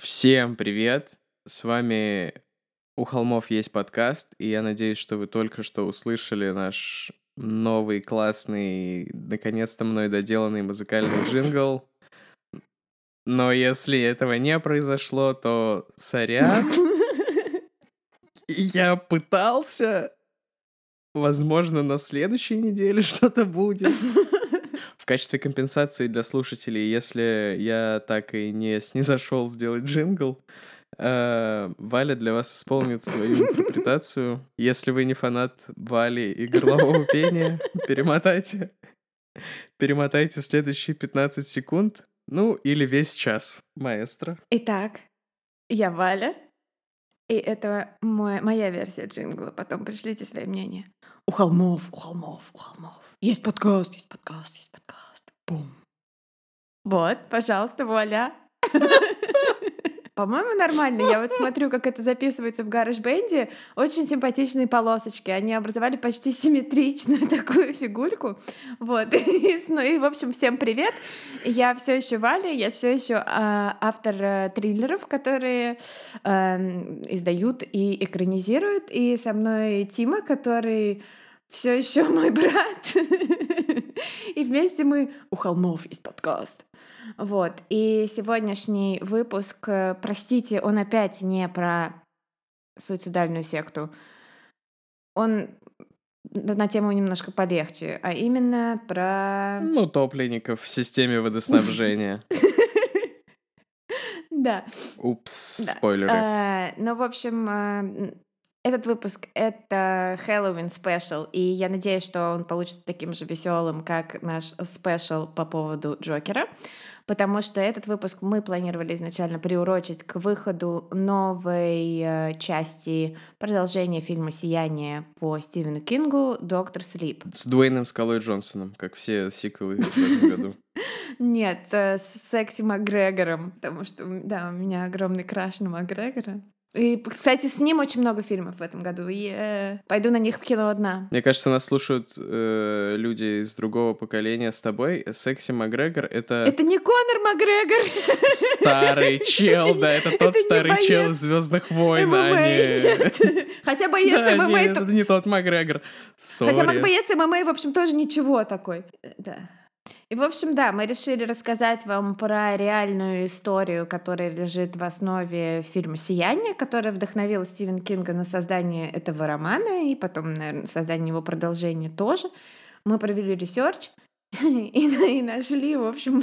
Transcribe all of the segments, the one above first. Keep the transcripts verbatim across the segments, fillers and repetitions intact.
Всем привет! С вами «У холмов есть подкаст», и я надеюсь, что вы только что услышали наш новый, классный, наконец-то мной доделанный музыкальный джингл. Но если этого не произошло, то сорян. Я пытался. Возможно, на следующей неделе что-то будет. В качестве компенсации для слушателей, если я так и не снизошел сделать джингл, э, Валя для вас исполнит свою интерпретацию. Если вы не фанат Вали и горлового пения, перемотайте. Перемотайте следующие пятнадцать секунд, ну или весь час, маэстро. Итак, я Валя, и это мой, моя версия джингла. Потом пришлите свои мнения. У холмов, у холмов, у холмов. Есть подкаст, есть подкаст, есть подкаст. Бум. Вот, пожалуйста, вуаля. По-моему, нормально. Я вот смотрю, как это записывается в GarageBand. Очень симпатичные полосочки. Они образовали почти симметричную такую фигульку. Вот. И, ну, и в общем, всем привет. Я все еще Валя, я все еще э, автор э, триллеров, которые э, издают и экранизируют. И со мной Тима, который все еще мой брат. И вместе мы «У холмов есть подкаст». Вот, и сегодняшний выпуск, э, простите, он опять не про суицидальную секту. Он н- на тему немножко полегче, а именно про... Ну, топливников в системе водоснабжения. Да, Упс, да. спойлеры. Э, Ну, в общем, э, м, этот выпуск — это Хэллоуин спешл, и я надеюсь, что он получится таким же веселым, как наш спешл по поводу Джокера, потому что этот выпуск мы планировали изначально приурочить к выходу новой э, части продолжения фильма «Сияние» по Стивену Кингу «Доктор Слип». С Дуэйном Скалой Джонсоном, как все сиквелы в этом году. Нет, э, с Секси Макгрегором, потому что, м, да, у меня огромный краш на Макгрегора. И, п- кстати, с ним очень много фильмов в этом году, и э, пойду на них в кино одна. Мне кажется, нас слушают э, люди из другого поколения с тобой. Секси Макгрегор — это Это не Конор Макгрегор! старый чел, да, это тот это не старый чел боец из Звездных войн, а ММА, не... нет. Хотя боец Да, ММА... нет, то- это не тот Макгрегор. Хотя Сори. боец ММА, в общем, тоже ничего такой. Э, Да. И, в общем, да, мы решили рассказать вам про реальную историю, которая лежит в основе фильма «Сияние», которая вдохновила Стивена Кинга на создание этого романа и потом, наверное, создание его продолжения тоже. Мы провели ресерч и, и нашли, в общем,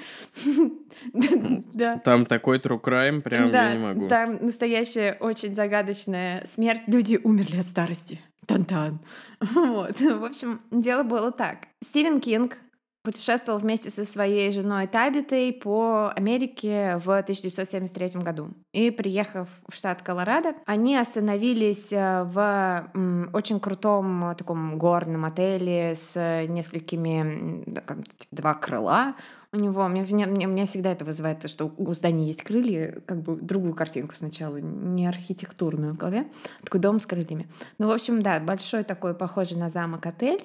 да, Там такой true crime, прям я не да, могу. там настоящая очень загадочная смерть. Люди умерли от старости. Тан-тан. Вот. В общем, дело было так. Стивен Кинг путешествовал вместе со своей женой Табитой по Америке в тысяча девятьсот семьдесят третьем году. И, приехав в штат Колорадо, они остановились э, в м, очень крутом э, таком горном отеле с э, несколькими, м, да, как, типа, два крыла. У него, мне, мне, мне- меня всегда это вызывает, то, что у здания есть крылья, как бы другую картинку сначала, не архитектурную в голове. Такой дом с крыльями. Ну, в общем, да, большой такой, похожий на замок отель.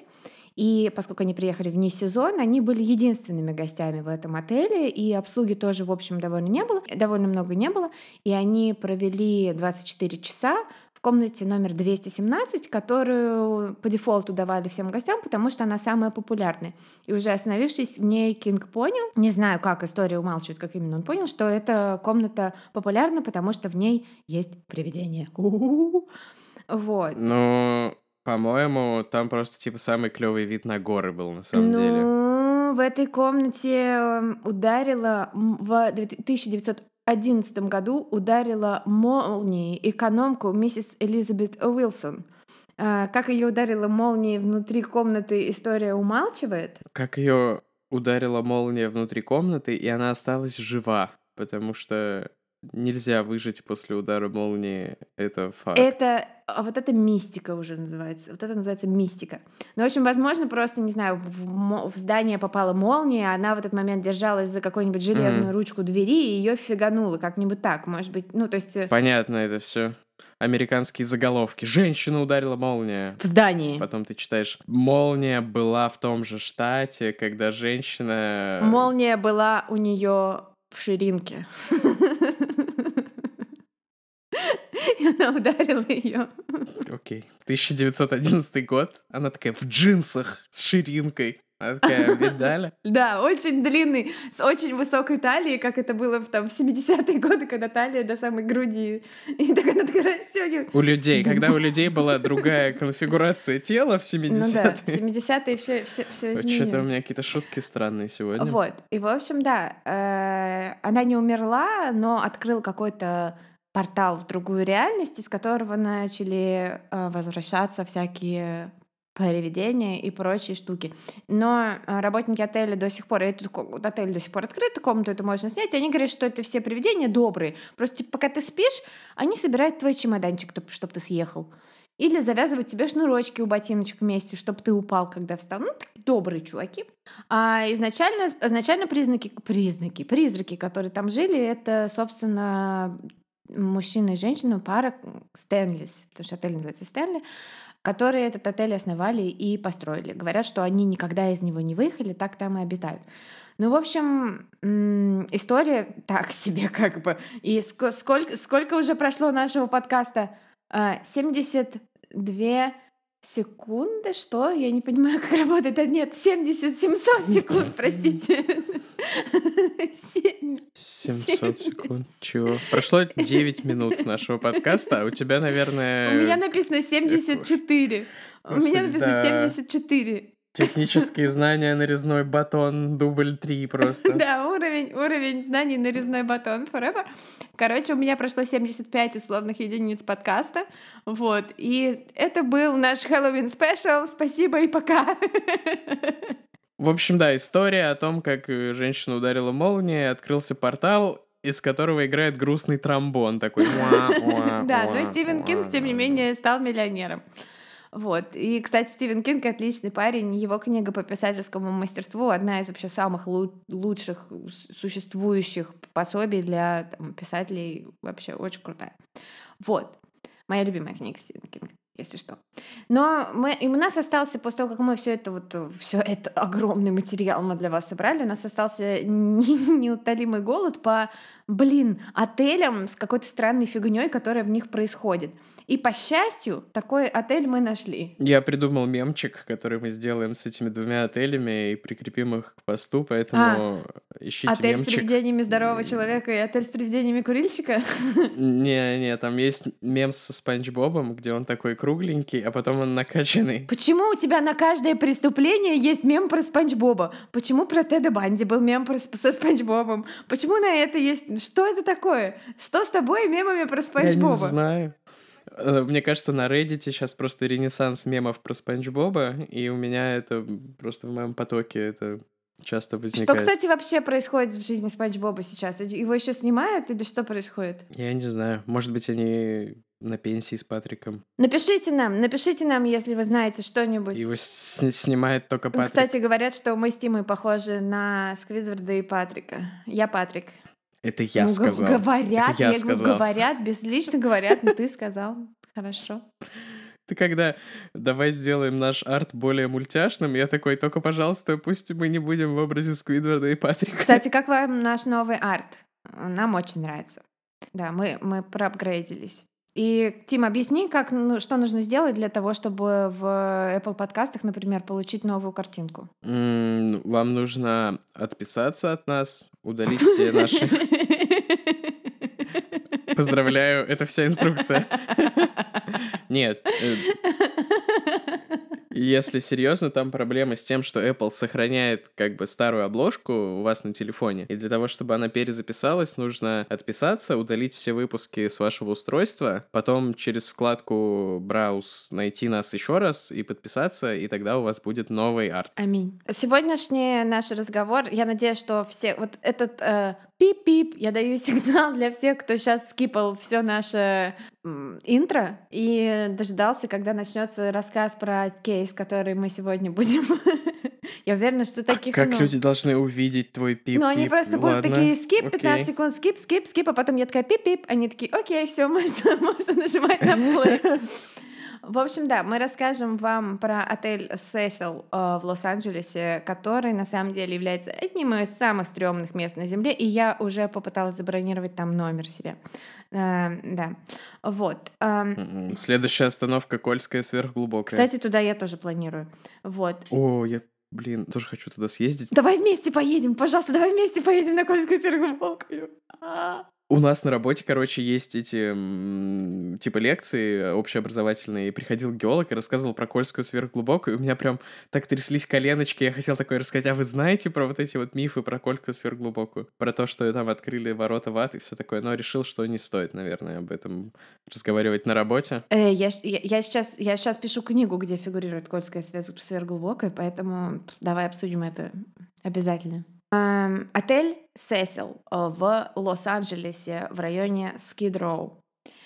И поскольку они приехали вне сезона, они были единственными гостями в этом отеле, и обслуги тоже, в общем, довольно не было, довольно много не было. И они провели двадцать четыре часа в комнате номер двести семнадцать, которую по дефолту давали всем гостям, потому что она самая популярная. И уже остановившись в ней, Кинг понял, не знаю, как история умалчивает, как именно он понял, что эта комната популярна, потому что в ней есть привидение. У-у-у. Вот. Ну, по-моему, там просто типа самый клевый вид на горы был на самом деле. Ну, в этой комнате эм, ударила м, в две- тысяча девятьсот одиннадцатом году ударила молнией экономку миссис Элизабет Уилсон. А, Как ее ударила молнией внутри комнаты, история умалчивает. Как ее ударила молния внутри комнаты, и она осталась жива, потому что нельзя выжить после удара молнии, это факт. Это, а вот это мистика уже называется. Вот это называется мистика. Ну, в общем, возможно, просто, не знаю, в, мо- в здание попала молния, она в этот момент держалась за какую-нибудь железную Мгм. ручку двери, и ее фигануло как-нибудь так. Может быть, ну, то есть э, Понятно это все. Американские заголовки. Женщина ударила молния. в здании. Потом ты читаешь, молния была в том же штате, когда женщина... Молния была у нее в ширинке. ударила ее. Окей. тысяча девятьсот одиннадцатый год. Она такая в джинсах с ширинкой. Она такая, видали? Да, очень длинный, с очень высокой талией, как это было в, там, в семидесятые годы, когда талия до самой груди. И так она такая расстёгивает. У людей, когда у людей была другая конфигурация тела в семидесятые. Ну да, в семидесятые все, все, все изменилось. Что-то у меня какие-то шутки странные сегодня. Вот. И, в общем, да, э, она не умерла, но открыл какой-то портал в другую реальность, из которого начали э, возвращаться всякие привидения и прочие штуки. Но э, работники отеля до сих пор, и этот ко- отель до сих пор открыт, комнату эту можно снять, и они говорят, что это все привидения добрые. Просто типа, пока ты спишь, они собирают твой чемоданчик, чтобы ты съехал. Или завязывают тебе шнурочки у ботиночек вместе, чтобы ты упал, когда встал. Ну, такие добрые чуваки. А изначально, изначально признаки, признаки, призраки, которые там жили, это, собственно, мужчина и женщина, пара Стэнлис, потому что отель называется Стэнли, которые этот отель основали и построили. Говорят, что они никогда из него не выехали, так там и обитают. Ну, в общем, м, история так себе как бы. И ск- сколько, сколько уже прошло нашего подкаста? А, семьдесят две секунды? Что? Я не понимаю, как работает. А нет, семьдесят семьсот секунд, простите. Семь. семьсот секунд. Чего? Прошло девять минут нашего подкаста, а у тебя, наверное... У меня написано семьдесят четыре. У меня Господи, написано да. семьдесят четыре. Технические знания, нарезной батон, дубль три просто. Да, уровень, уровень знаний нарезной батон forever. Короче, у меня прошло семьдесят пять условных единиц подкаста. Вот. И это был наш Хэллоуин спешл. Спасибо и пока. В общем, да, история о том, как э, женщина ударила молнией, открылся портал, из которого играет грустный тромбон такой. Да, но Стивен Кинг, тем не менее, стал миллионером. Вот. И, кстати, Стивен Кинг отличный парень. Его книга по писательскому мастерству одна из вообще самых лу- лучших существующих пособий для там, писателей. Вообще очень крутая. Вот. Моя любимая книга Стивена Кинга, если что. Но мы, и у нас остался, после того, как мы все это, вот, все это огромный материал мы для вас собрали, у нас остался не- неутолимый голод по, блин, отелям с какой-то странной фигней, которая в них происходит. И, по счастью, такой отель мы нашли. Я придумал мемчик, который мы сделаем с этими двумя отелями и прикрепим их к посту, поэтому ищите Отель с мемчик. привидениями здорового человека и отель с привидениями курильщика. Не-не, там есть мем со Спанч Бобом, где он такой кругленький, а потом он накачанный. Почему у тебя на каждое преступление есть мем про Спанч Боба? Почему про Теда Банди был мем про, со Спанч Бобом? Почему на это есть... Что это такое? Что с тобой и мемами про Спанч Я Боба? не знаю. Э, Мне кажется, на Reddit сейчас просто ренессанс мемов про Спанч Боба, и у меня это просто в моем потоке это часто Что, возникает. кстати, вообще происходит в жизни Спанч Боба сейчас? Его еще снимают или что происходит? Я не знаю. Может быть, они на пенсии с Патриком. Напишите нам, напишите нам, если вы знаете что-нибудь. Его с- снимает только Патрик. Кстати, говорят, что мы с Тимой похожи на Сквизварда и Патрика. Я Патрик. Это я Ну, г- сказал. Говорят, Это я я говорю, сказал. говорят, безлично говорят, но ты сказал. Хорошо. Ты когда давай сделаем наш арт более мультяшным, я такой, только, пожалуйста, пусть мы не будем в образе Сквидварда и Патрика. Кстати, как вам наш новый арт? Нам очень нравится. Да, мы, мы проапгрейдились. И, Тим, объясни, как, ну, что нужно сделать для того, чтобы в Apple подкастах, например, получить новую картинку. М, Вам нужно отписаться от нас, удалить все наши... Поздравляю, это вся инструкция. Нет. э, Если серьезно, там проблема с тем, что Apple сохраняет как бы старую обложку у вас на телефоне, и для того, чтобы она перезаписалась, нужно отписаться, удалить все выпуски с вашего устройства, потом через вкладку «Брауз» найти нас еще раз и подписаться, и тогда у вас будет новый арт. Аминь. Сегодняшний наш разговор, я надеюсь, что все... Вот этот э, пип-пип, я даю сигнал для всех, кто сейчас скипал все наше м, интро и дождался, когда начнется рассказ про кейс, который мы сегодня будем. Я уверена, что таких Как много. люди должны увидеть твой пип-пип? Ну, они просто будут Ладно, такие скип, пятнадцать окей. секунд, скип, скип, скип, а потом я такая пип-пип, они такие, окей, все, можно, можно нажимать на плей. В общем, да, мы расскажем вам про отель Сесил э, в Лос-Анджелесе, который на самом деле является одним из самых стрёмных мест на Земле, и я уже попыталась забронировать там номер себе. Э, да, вот. эм, Мгм. Следующая остановка Кольская сверхглубокая. Кстати, туда я тоже планирую. Вот. О, я, блин, тоже хочу туда съездить. Давай вместе поедем, пожалуйста, давай вместе поедем на Кольскую сверхглубокую. А. У нас на работе, короче, есть эти м, типа лекции общеобразовательные. И приходил геолог и рассказывал про Кольскую сверхглубокую. И у меня прям так тряслись коленочки. Я хотел такое рассказать. А вы знаете про вот эти вот мифы про Кольскую сверхглубокую? Про то, что там открыли ворота в ад и все такое. Но решил, что не стоит, наверное, об этом разговаривать на работе. Э, я, щ- я, я сейчас, я сейчас пишу книгу, где фигурирует Кольская свер- сверхглубокая, поэтому давай обсудим это обязательно. Эм, Отель Сесил э, в Лос-Анджелесе в районе Скид-Роу.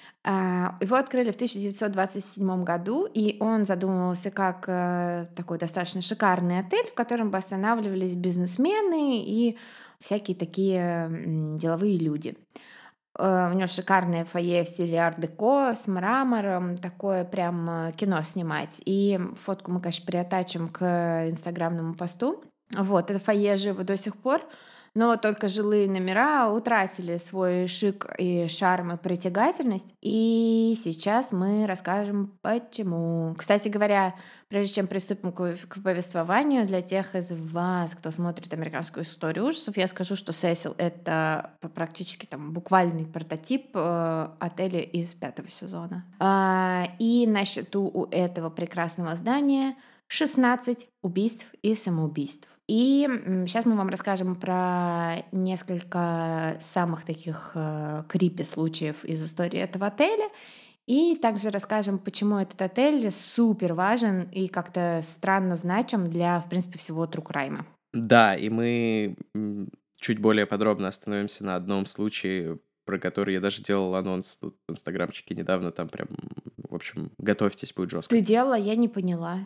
А, Его открыли в тысяча девятьсот двадцать седьмом году, и он задумывался как э, такой достаточно шикарный отель, в котором бы останавливались бизнесмены и всякие такие м, деловые люди. Э, У него шикарное фойе в стиле арт-деко с мрамором, такое прям э, кино снимать. И фотку мы, конечно, приотачим к инстаграмному посту. Вот, это фойе живо до сих пор, но только жилые номера утратили свой шик и шарм и притягательность. И сейчас мы расскажем, почему. Кстати говоря, прежде чем приступим к, к повествованию, для тех из вас, кто смотрит американскую историю ужасов, я скажу, что Сесил — это практически там буквальный прототип э, отеля из пятого сезона. А, и на счету у этого прекрасного здания шестнадцать убийств и самоубийств. И сейчас мы вам расскажем про несколько самых таких э, крипи случаев из истории этого отеля. И также расскажем, почему этот отель супер важен и как-то странно значим для, в принципе, всего true crime. Да, и мы м, чуть более подробно остановимся на одном случае, про который я даже делал анонс тут в инстаграмчике недавно. Там прям, в общем, готовьтесь, будет жестко. Ты делала, я не поняла.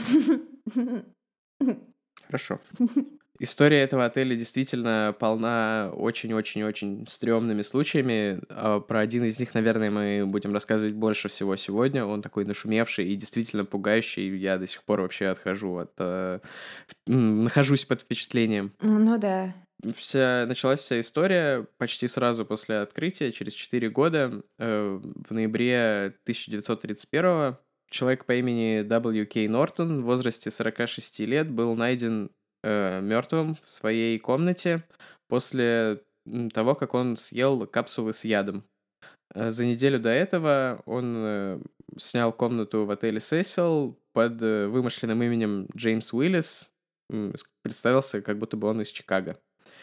Хорошо. История этого отеля действительно полна очень-очень-очень стрёмными случаями. А Про один из них, наверное, мы будем рассказывать больше всего сегодня. Он такой нашумевший и действительно пугающий. Я до сих пор вообще отхожу от... э, в- м, нахожусь под впечатлением. Ну да. Вся, началась вся история почти сразу после открытия, через четыре года, э, в ноябре тысяча девятьсот тридцать первого, человек по имени дабл ю Кей Нортон в возрасте сорока шести лет был найден э, мертвым в своей комнате после м, того, как он съел капсулы с ядом. Э, За неделю до этого он э, снял комнату в отеле Сесил под э, вымышленным именем Джеймс Уиллис. М, с- Представился, как будто бы он из Чикаго.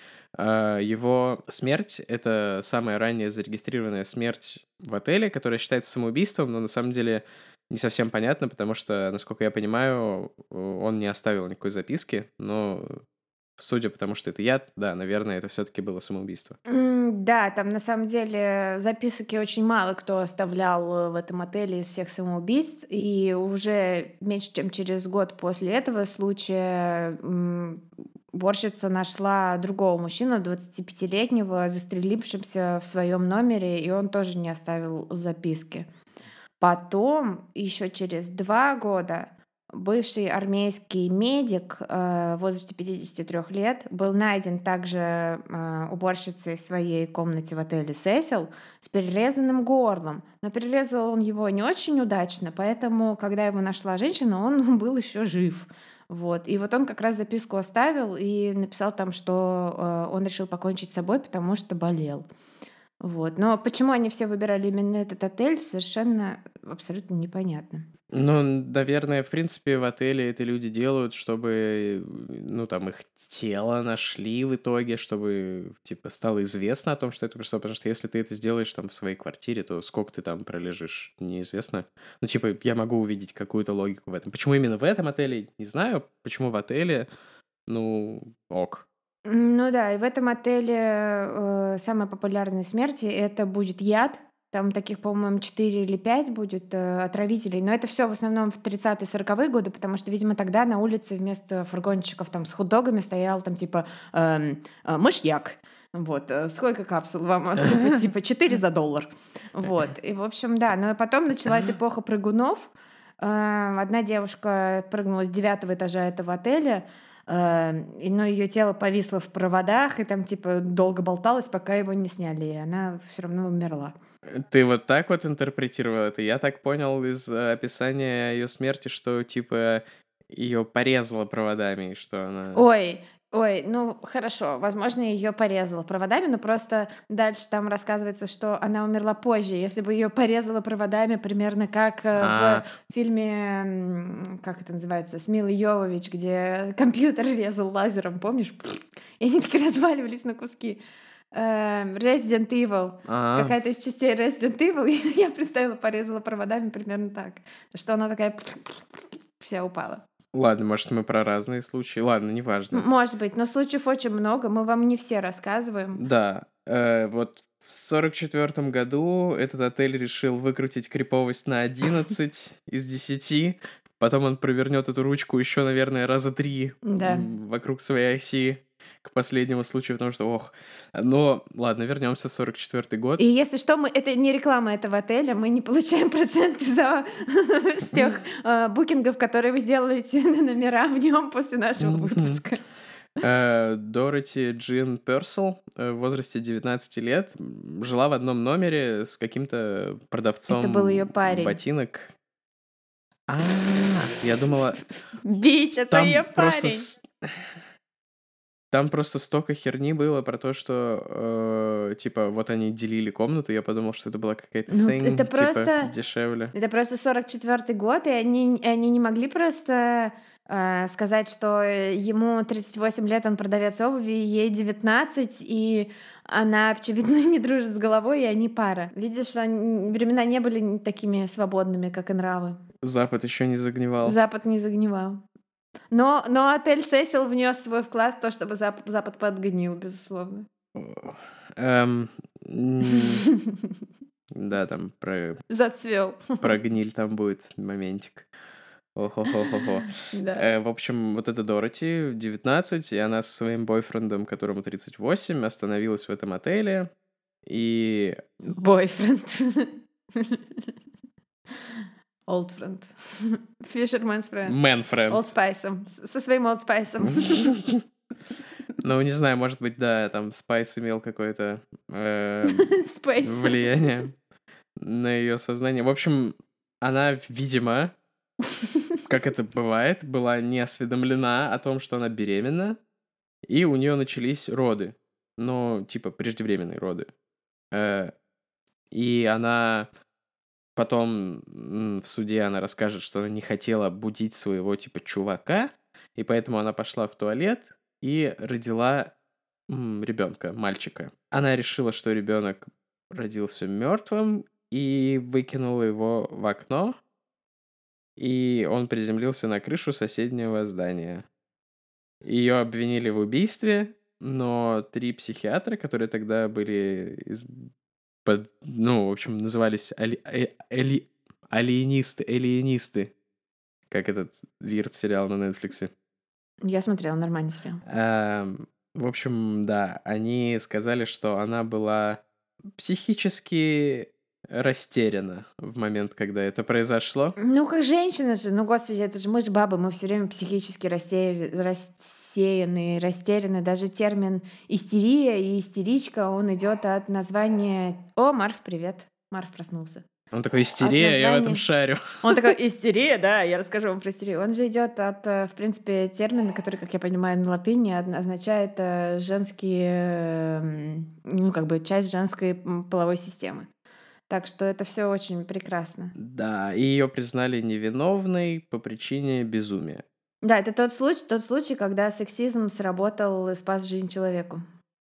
А, Его смерть — это самая ранняя зарегистрированная смерть в отеле, которая считается самоубийством, но на самом деле не совсем понятно, потому что, насколько я понимаю, он не оставил никакой записки, но судя по тому, что это яд, да, наверное, это все-таки было самоубийство. М, Да, там на самом деле записок очень мало кто оставлял э, в этом отеле из всех самоубийств. И уже меньше чем через год после этого случая м, уборщица нашла другого мужчину, двадцатипятилетнего, застрелившимся в своем номере, и он тоже не оставил записки. Потом, еще через два года, бывший армейский медик э, в возрасте пятидесяти трёх лет был найден также э, уборщицей в своей комнате в отеле Сесил с перерезанным горлом. Но перерезал он его не очень удачно, поэтому, когда его нашла женщина, он был еще жив. Вот. И вот он как раз записку оставил и написал там, что э, он решил покончить с собой, потому что болел. Вот. Но почему они все выбирали именно этот отель, совершенно абсолютно непонятно. Ну, наверное, в принципе, в отеле это люди делают, чтобы, ну, там, их тело нашли в итоге, чтобы, типа, стало известно о том, что это произошло, потому что если ты это сделаешь там в своей квартире, то сколько ты там пролежишь, неизвестно. Ну, типа, я могу увидеть какую-то логику в этом. Почему именно в этом отеле, не знаю. Почему в отеле, ну, ок. М, Ну да, и в этом отеле э, самые популярные смерти это будет яд. Там таких, по-моему, четыре или пять будет э, отравителей. Но это все в основном в тридцатые-сороковые годы, потому что, видимо, тогда на улице вместо фургончиков там с хот-догами стоял там типа эм, э, мышьяк. Вот, э, сколько капсул вам отсыпать? Типа четыре за доллар. Вот, и в общем, да. Но потом началась эпоха прыгунов, Э, Одна девушка прыгнула с девятого этажа этого отеля, э, и- но ее тело повисло в проводах, и там типа долго болталось, пока его не сняли, и она все равно умерла. Ты вот так вот интерпретировал это? Я так понял из э, описания ее смерти, что типа ее порезало проводами, и что она... Ой, ой, ну хорошо, возможно, ее порезало проводами, но просто дальше там рассказывается, что она умерла позже. Если бы ее порезало проводами, примерно как э, А, в фильме, м, как это называется, с Милой Йовович, где компьютер резал лазером, помнишь? И они так разваливались на куски. Эм, Resident Evil. а, Какая-то из частей Resident Evil, и я представила, порезала проводами примерно так. Что она такая вся упала. ладно, может, мы про разные случаи. Ладно, М, неважно. Может быть, но случаев очень много, мы вам не все рассказываем. Да, э, вот в сорок четвертом году этот отель решил выкрутить криповость на одиннадцать из десяти. Потом он провернет эту ручку еще, наверное, раза три Да. м, вокруг своей оси к последнему случаю, потому что, ох. Но, ладно, вернемся в сорок четвертый год. И если что, мы это не реклама этого отеля, мы не получаем проценты за с тех э, букингов, которые вы сделаете на номера в нем после нашего Мгм. выпуска. Э, Дороти Джин Персел э, в возрасте девятнадцати лет м, жила в одном номере с каким-то Это был ее продавцом парень. ботинок. А, я думала, Бич, это там ее просто парень. с- там просто столько херни было про то, что э, типа вот они делили комнату, я подумал, что это была какая-то Ну, thing, это типа просто... дешевле. Это просто сорок четвертый год, и они, они не могли просто э, сказать, что э, ему тридцать восемь лет, он продавец обуви, ей девятнадцать, и она, очевидно, не дружит с головой, и они пара. Видишь, они- времена не были н- такими свободными, как и нравы. Запад еще не загнивал. Запад не загнивал. Но, но отель Сесил внес свой вклад в то, чтобы Зап- Запад подгнил, безусловно. О, эм, м, Да, там про, Зацвел. про гниль там будет моментик. Охо-хо-хо-хо. Да. Э, В общем, вот эта Дороти в девятнадцать, и она со своим бойфрендом, которому тридцать восемь, остановилась в этом отеле. И Бойфренд. Old friend. Fisherman's friend. мэн-френд. Old Spice. Со своим Old Spice. Ну, не знаю, может быть, да, там Спайс имел какое-то э, Space. влияние на ее сознание. В общем, она, видимо, как это бывает, была не осведомлена о том, что она беременна, и у нее начались роды. Ну, типа, преждевременные роды. Э, И она потом м, в суде она расскажет, что она не хотела будить своего, типа, чувака, и поэтому она пошла в туалет и родила ребенка, мальчика. Она решила, что ребенок родился мертвым, и выкинула его в окно, и он приземлился на крышу соседнего здания. Ее обвинили в убийстве, но три психиатра, которые тогда были из- под- ну, в общем, назывались али- э- али- алиенисты, алиенисты, как этот вирт-сериал на Netflix. Я смотрела, нормально сериал. Эм, В общем, да, они сказали, что она была психически растеряна в момент, когда это произошло. Ну, как женщина же, ну, господи, это же мы же бабы, мы все время психически расте- рассеяны, растеряны. Даже термин истерия и истеричка, он идет от названия... О, Марф, привет. Марф проснулся. Он такой, От истерия, я в этом названия... шарю. Он такой, истерия, да, я расскажу вам про истерию. Он же идет от, э, в принципе, термина, который, как я понимаю, на латыни одно- означает э, женские, м, ну, как бы часть женской м, половой системы. Так что это все очень прекрасно. Да, и ее признали невиновной по причине безумия. Да, это тот случай, тот случай, когда сексизм сработал и спас жизнь человеку.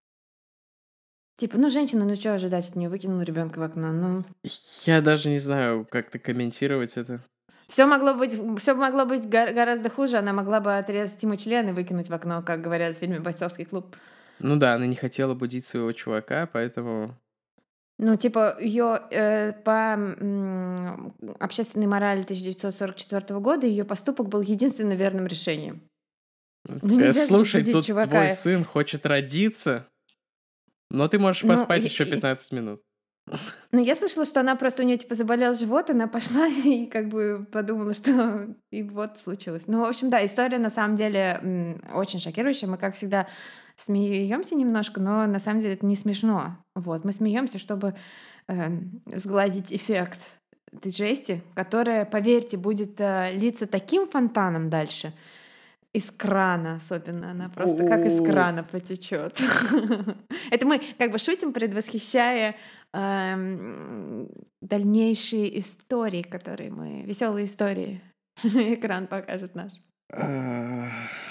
Типа, ну, женщина, ну что ожидать от нее, выкинула ребенка в окно. Ну, Я даже не знаю, как-то комментировать это. все могло быть, все могло быть гор- гораздо хуже. Она могла бы отрезать ему член и выкинуть в окно, как говорят в фильме «Бойцовский клуб». Ну да, она не хотела будить своего чувака, поэтому... Ну, типа, ее по м, общественной морали тысяча девятьсот сорок четвёртого года ее поступок был единственно верным решением. Ну, Такая, нельзя же слушай, будить тут чувака. твой сын хочет родиться, но ты можешь Ну, поспать и- еще и- пятнадцать минут. Ну, я слышала, что она просто, у нее типа заболел живот, она пошла и как бы подумала, что и вот случилось. Ну, в общем, да, история на самом деле м, очень шокирующая. Мы, как всегда, смеемся немножко, но на самом деле это не смешно. Вот, мы смеемся, чтобы эм, сгладить эффект этой жести, которая, поверьте, будет э, литься таким фонтаном дальше. Из крана особенно, она просто как из О, крана потечет. Это мы как бы шутим, предвосхищая эм, дальнейшие истории, которые мы... Веселые истории. Экран покажет наш. а,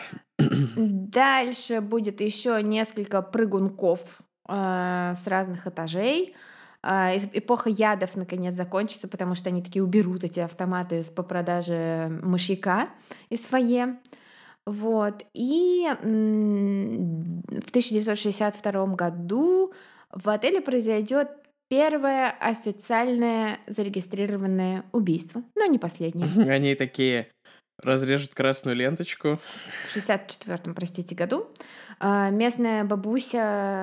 Дальше будет еще несколько прыгунков э, с разных этажей. А, эс- Эпоха ядов наконец закончится, потому что они такие уберут эти автоматы с- по продаже мышьяка из фойе. Вот. И м, в тысяча девятьсот шестьдесят втором году в отеле произойдет первое официальное зарегистрированное убийство, но не последнее. Они такие разрежут красную ленточку. В шестьдесят четвертом, простите, году а, местная бабуся...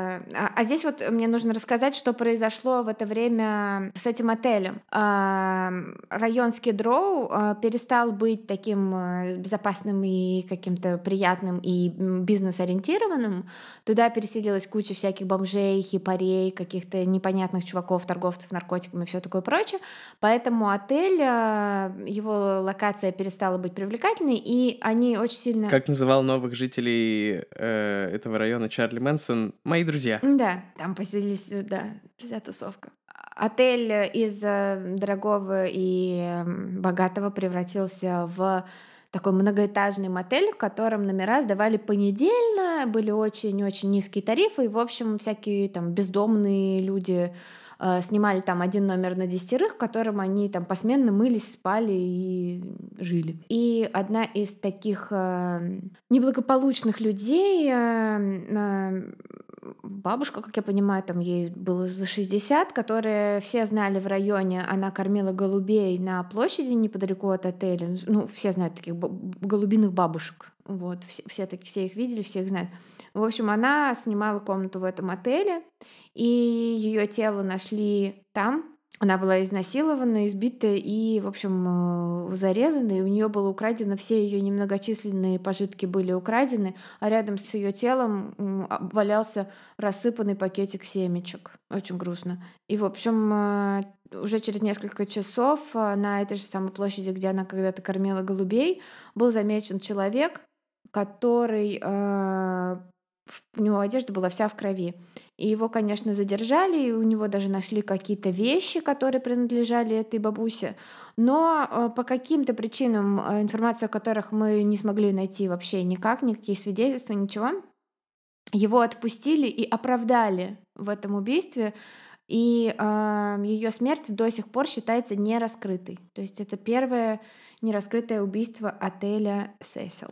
А, а здесь вот мне нужно рассказать, что произошло в это время с этим отелем. А, Район Скид-Роу а, перестал быть таким а, безопасным и каким-то приятным и м, бизнес-ориентированным. Туда переселилась куча всяких бомжей, хипарей, каких-то непонятных чуваков, торговцев наркотиками и все такое прочее. Поэтому отель, а, его локация перестала быть привлекательной, и они очень сильно... Как называл новых жителей э, этого района Чарли Мэнсон, мои друзья. Да, там поселились, э, да, вся тусовка. Отель э, из э, дорогого и м, богатого превратился в такой многоэтажный мотель, в котором номера сдавали понедельно, были очень-очень низкие тарифы, и, в общем, всякие там бездомные люди э, снимали там один номер на десятерых, в котором они там посменно мылись, спали и жили. И одна из таких э, неблагополучных людей, э, э, бабушка, как я понимаю, там ей было за шестьдесят, которая все знали в районе, она кормила голубей на площади неподалеку от отеля. Ну, все знают таких б- голубиных бабушек. Вот, все, все, таки- все их видели, все их знают. В общем, она снимала комнату в этом отеле, и ее тело нашли там. Она была изнасилована, избита и, в общем, э, зарезана, и у нее было украдено, все ее немногочисленные пожитки были украдены, а рядом с ее телом м, а, валялся рассыпанный пакетик семечек. Очень грустно. И, в общем, э, уже через несколько часов э, на этой же самой площади, где она когда-то кормила голубей, был замечен человек, который... э, у него одежда была вся в крови. И его, конечно, задержали, и у него даже нашли какие-то вещи, которые принадлежали этой бабусе. Но э, по каким-то причинам, э, информацию о которых мы не смогли найти вообще никак, никаких свидетельств, ничего, его отпустили и оправдали в этом убийстве, и ее смерть до сих пор считается нераскрытой. То есть это первое нераскрытое убийство отеля Сесил.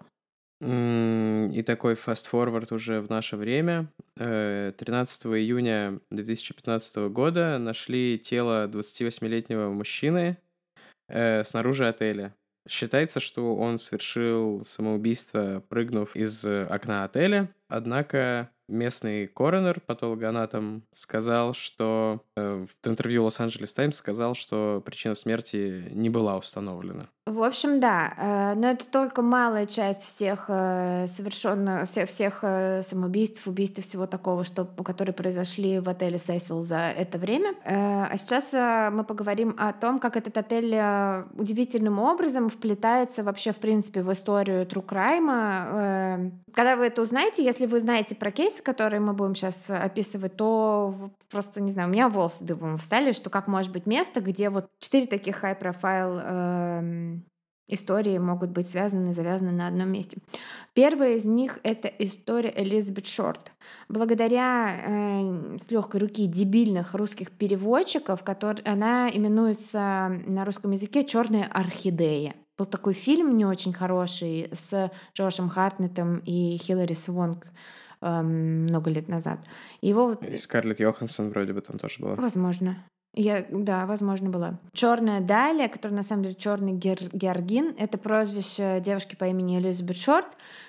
М, И такой фаст-форвард уже в наше время. Э, тринадцатого июня две тысячи пятнадцатого года нашли тело двадцативосьмилетнего мужчины э, снаружи отеля. Считается, что он совершил самоубийство, прыгнув из э, окна отеля. Однако местный коронер, патологоанатом, сказал, что э, в интервью Лос-Анджелес Таймс сказал, что причина смерти не была установлена. В общем, да, э, но это только малая часть всех э, совершенных, всех, всех э, самоубийств, убийств и всего такого, что, которые произошли в отеле Сесил за это время. Э, А сейчас э, мы поговорим о том, как этот отель э, удивительным образом вплетается вообще, в принципе, в историю true crime. Э, Когда вы это узнаете, если вы знаете про кейсы, которые мы будем сейчас описывать, то вы просто, не знаю, у меня волосы дыбом встали, что как может быть место, где вот четыре таких high-profile эм, истории могут быть связаны, завязаны на одном месте. Первая из них — это история Элизабет Шорт. Благодаря э, с легкой руки дебильных русских переводчиков, который, она именуется на русском языке «Черная орхидея». Был такой фильм не очень хороший с Джошем Хартнеттом и Хиллари Свонг эм, много лет назад. Его вот, И Скарлетт Йоханссон вроде бы там тоже была. возможно, я, да, возможно, была. Черная Далия, которая на самом деле черный гер, Георгин, это прозвище девушки по имени Элизабет Шорт,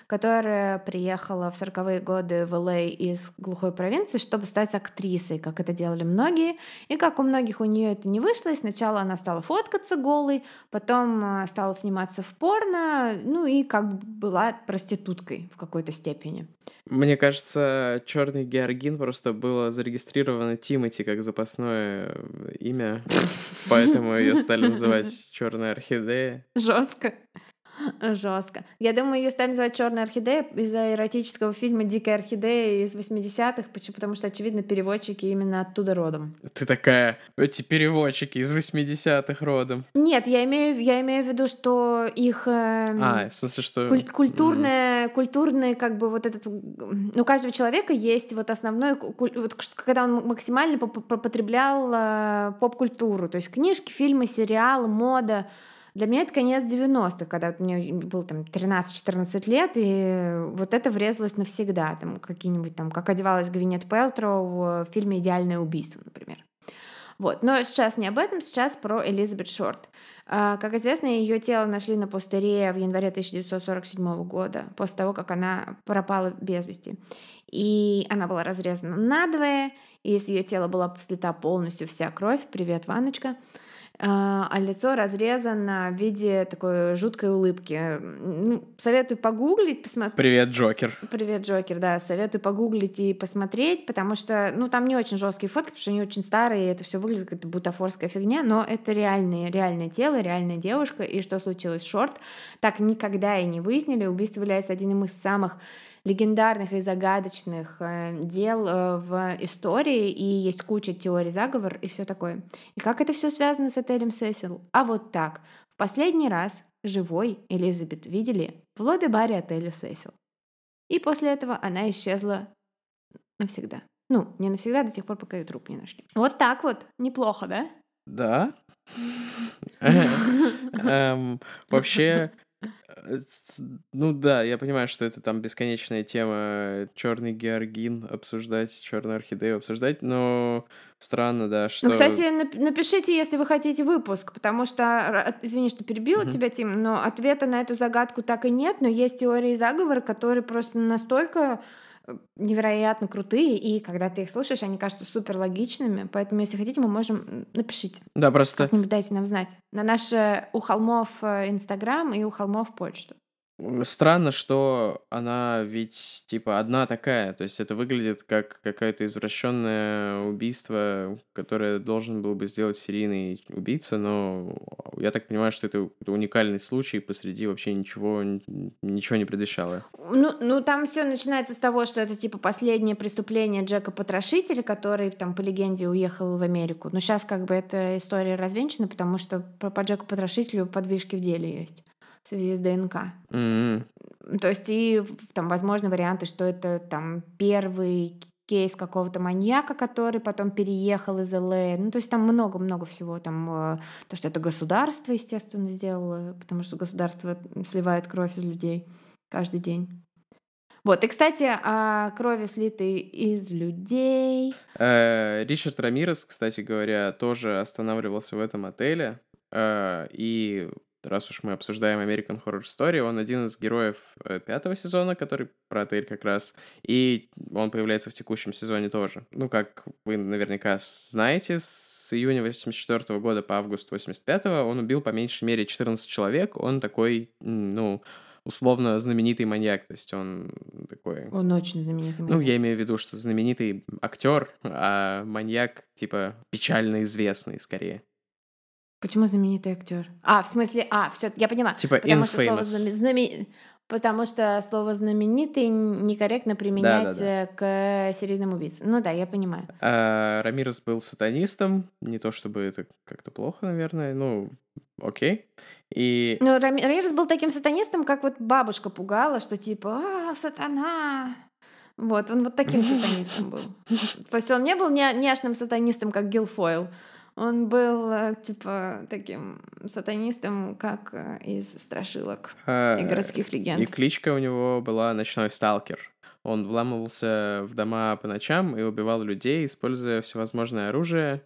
которая приехала в сороковые годы в Л А из глухой провинции, чтобы стать актрисой, как это делали многие. И как у многих у нее это не вышло, и сначала она стала фоткаться голой, потом а, стала сниматься в порно, ну и как бы была проституткой в какой-то степени. Мне кажется, Черный Георгин просто было зарегистрировано Тимати как запасное э, имя, поэтому ее стали называть Черная Орхидея. Жестко. Жестко. Я думаю, ее стали называть Черная орхидея из-за эротического фильма Дикая орхидея из восьмидесятых, почему? Потому что, очевидно, переводчики именно оттуда родом. Ты такая, эти переводчики из восьмидесятых родом. Нет, я имею, я имею в виду, что их эм, А, в смысле, что... куль- Мгм. культурное, культурный, как бы вот этот, м, ну, у каждого человека есть вот основной, ку- куль- вот ш- когда он максимально поп- поп- потреблял э, поп-культуру, то есть книжки, фильмы, сериалы, мода. Для меня это конец девяностых, когда вот мне было там тринадцать-четырнадцать лет, и вот это врезалось навсегда. Там какие-нибудь там, как одевалась Гвинет Пэлтроу в фильме «Идеальное убийство», например. Вот. Но сейчас не об этом, сейчас про Элизабет Шорт. А, Как известно, ее тело нашли на пустыре в январе тысяча девятьсот сорок седьмого года, после того, как она пропала без вести. И она была разрезана надвое, и из ее тела была слита полностью вся кровь. Привет, Ванночка. А а лицо разрезано в виде такой жуткой улыбки. Ну, советую погуглить, посмотреть. Привет, Джокер. Привет, Джокер, да, советую погуглить и посмотреть, потому что, ну, там не очень жесткие фотки, потому что они очень старые, и это все выглядит как бутафорская фигня, но это реальное, реальное тело, реальная девушка, и что случилось с Шорт, так никогда и не выяснили. Убийство является одним из самых легендарных и загадочных э, дел э, в истории, и есть куча теорий заговор и все такое. И как это все связано с отелем Сесил? А вот так. В последний раз живой Элизабет видели в лобби-баре отеля Сесил. И после этого она исчезла навсегда. Ну, не навсегда, до тех пор, пока ее труп не нашли. Вот так вот. Неплохо, да? Да? Эм, Вообще, э, с- ну да, я понимаю, что это там бесконечная тема Черный Георгин обсуждать, Черную Орхидею обсуждать, но странно, да, Ну, что... кстати, нап- напишите, если вы хотите выпуск, потому что, ра- извини, что перебила Мгм. тебя, Тим, но ответа на эту загадку так и нет, но есть теории заговора, которые просто настолько э, невероятно крутые, и когда ты их слушаешь, они кажутся супер логичными, поэтому, если хотите, мы можем... м, Напишите, Да, просто как-нибудь дайте нам знать. На наш э, у холмов э, Инстаграм и у холмов почту. м, странно, что она ведь типа одна такая, то есть это выглядит как какое-то извращенное убийство, которое должен был бы сделать серийный убийца, но я так понимаю, что это какой-то уникальный случай, посреди вообще ничего, н- ничего не предвещало. Ну, ну, там все начинается с того, что это типа последнее преступление Джека Потрошителя, который там по легенде уехал в Америку. Но сейчас как бы эта история развенчана, потому что по, по Джеку Потрошителю подвижки в деле есть в связи с Д Н К. М. То есть и в- там возможны варианты, что это там первый кейс какого-то маньяка, который потом переехал из Л А. Ну, то есть там много-много всего. Там э, то, что это государство, естественно, сделало, потому что государство сливает кровь из людей каждый день. Вот, и, кстати, о крови, слитой из людей. Э, Ричард Рамирес, кстати говоря, тоже останавливался в этом отеле. Э, И раз уж мы обсуждаем American Horror Story, он один из героев э, пятого сезона, который про отель как раз. И он появляется в текущем сезоне тоже. Ну, как вы наверняка знаете, с июня восемьдесят четвёртого года по август восемьдесят пятого он убил по меньшей мере четырнадцать человек. Он такой, м, ну, условно знаменитый маньяк. То есть он такой... Он очень знаменитый Ну, маньяк. я имею в виду, что знаменитый актер, а маньяк, типа, печально известный, скорее. Почему знаменитый актер? А, в смысле, а, все, я поняла. Типа Потому что слово infamous. знаме- знаме- потому что слово знаменитый некорректно применять Да-да-да. э, к серийным убийцам. Ну да, я понимаю. А Рамирес был сатанистом. Не то чтобы это как-то плохо, наверное. Ну, окей. И... Ну, Рами- Рамирес был таким сатанистом, как вот бабушка пугала, что типа, а, сатана. Вот, он вот таким сатанистом был. То есть он не был не- няшным сатанистом, как Гилфойл. Он был, э, типа, таким сатанистом, как э, из страшилок и а, городских И легенд. кличка у него была «Ночной сталкер». Он вламывался в дома по ночам и убивал людей, используя всевозможное оружие.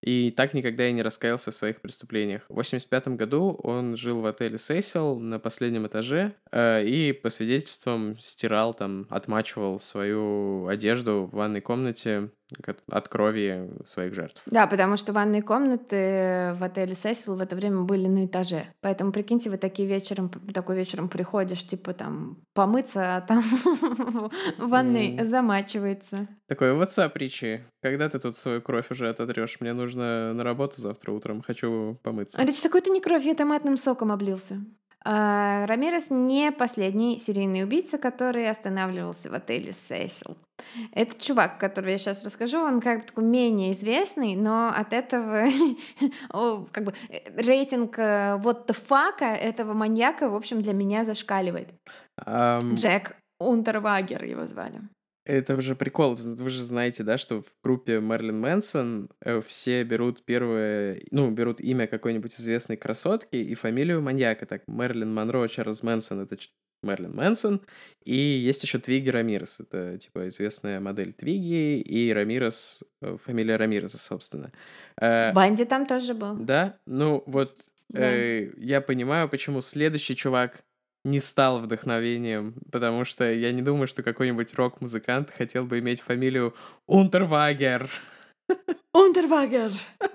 И так никогда и не раскаялся в своих преступлениях. В восемьдесят пятом году он жил в отеле Сесил на последнем этаже э, и по свидетельствам стирал там, отмачивал свою одежду в ванной комнате к- от крови своих жертв. Да, потому что ванные комнаты в отеле Сесил в это время были на этаже. Поэтому, прикиньте, вы такие вечером, такой вечером приходишь, типа там помыться, а там в ванной М. замачивается. Такой, WhatsApp, Ричи, когда ты тут свою кровь уже ототрешь? Мне нужно на работу завтра утром, хочу помыться. А Речь, такой ты не кровь, я томатным соком облился. А, Рамирес не последний серийный убийца, который останавливался в отеле Сесил. Этот чувак, которого я сейчас расскажу, он как бы такой менее известный, но от этого о, как бы э, рейтинг э, what the fuck этого маньяка, в общем, для меня зашкаливает. Ам, Джек Унтервагер его звали. Это же прикол, з- вы же знаете, да, что в группе Мэрилин Мэнсон э, все берут первое, ну, берут имя какой-нибудь известной красотки и фамилию маньяка. Так, Мэрилин Монро, Чарльз Мэнсон — это Ч- Мэрилин Мэнсон. И есть еще Твиги Рамирес, это, типа, известная модель Твиги, и Рамирес, э, фамилия Рамиреса, собственно. Э, Банди там тоже был. да, ну, вот Да. э, я понимаю, почему следующий чувак не стал вдохновением, потому что я не думаю, что какой-нибудь рок-музыкант хотел бы иметь фамилию Унтервагер. Унтервагер!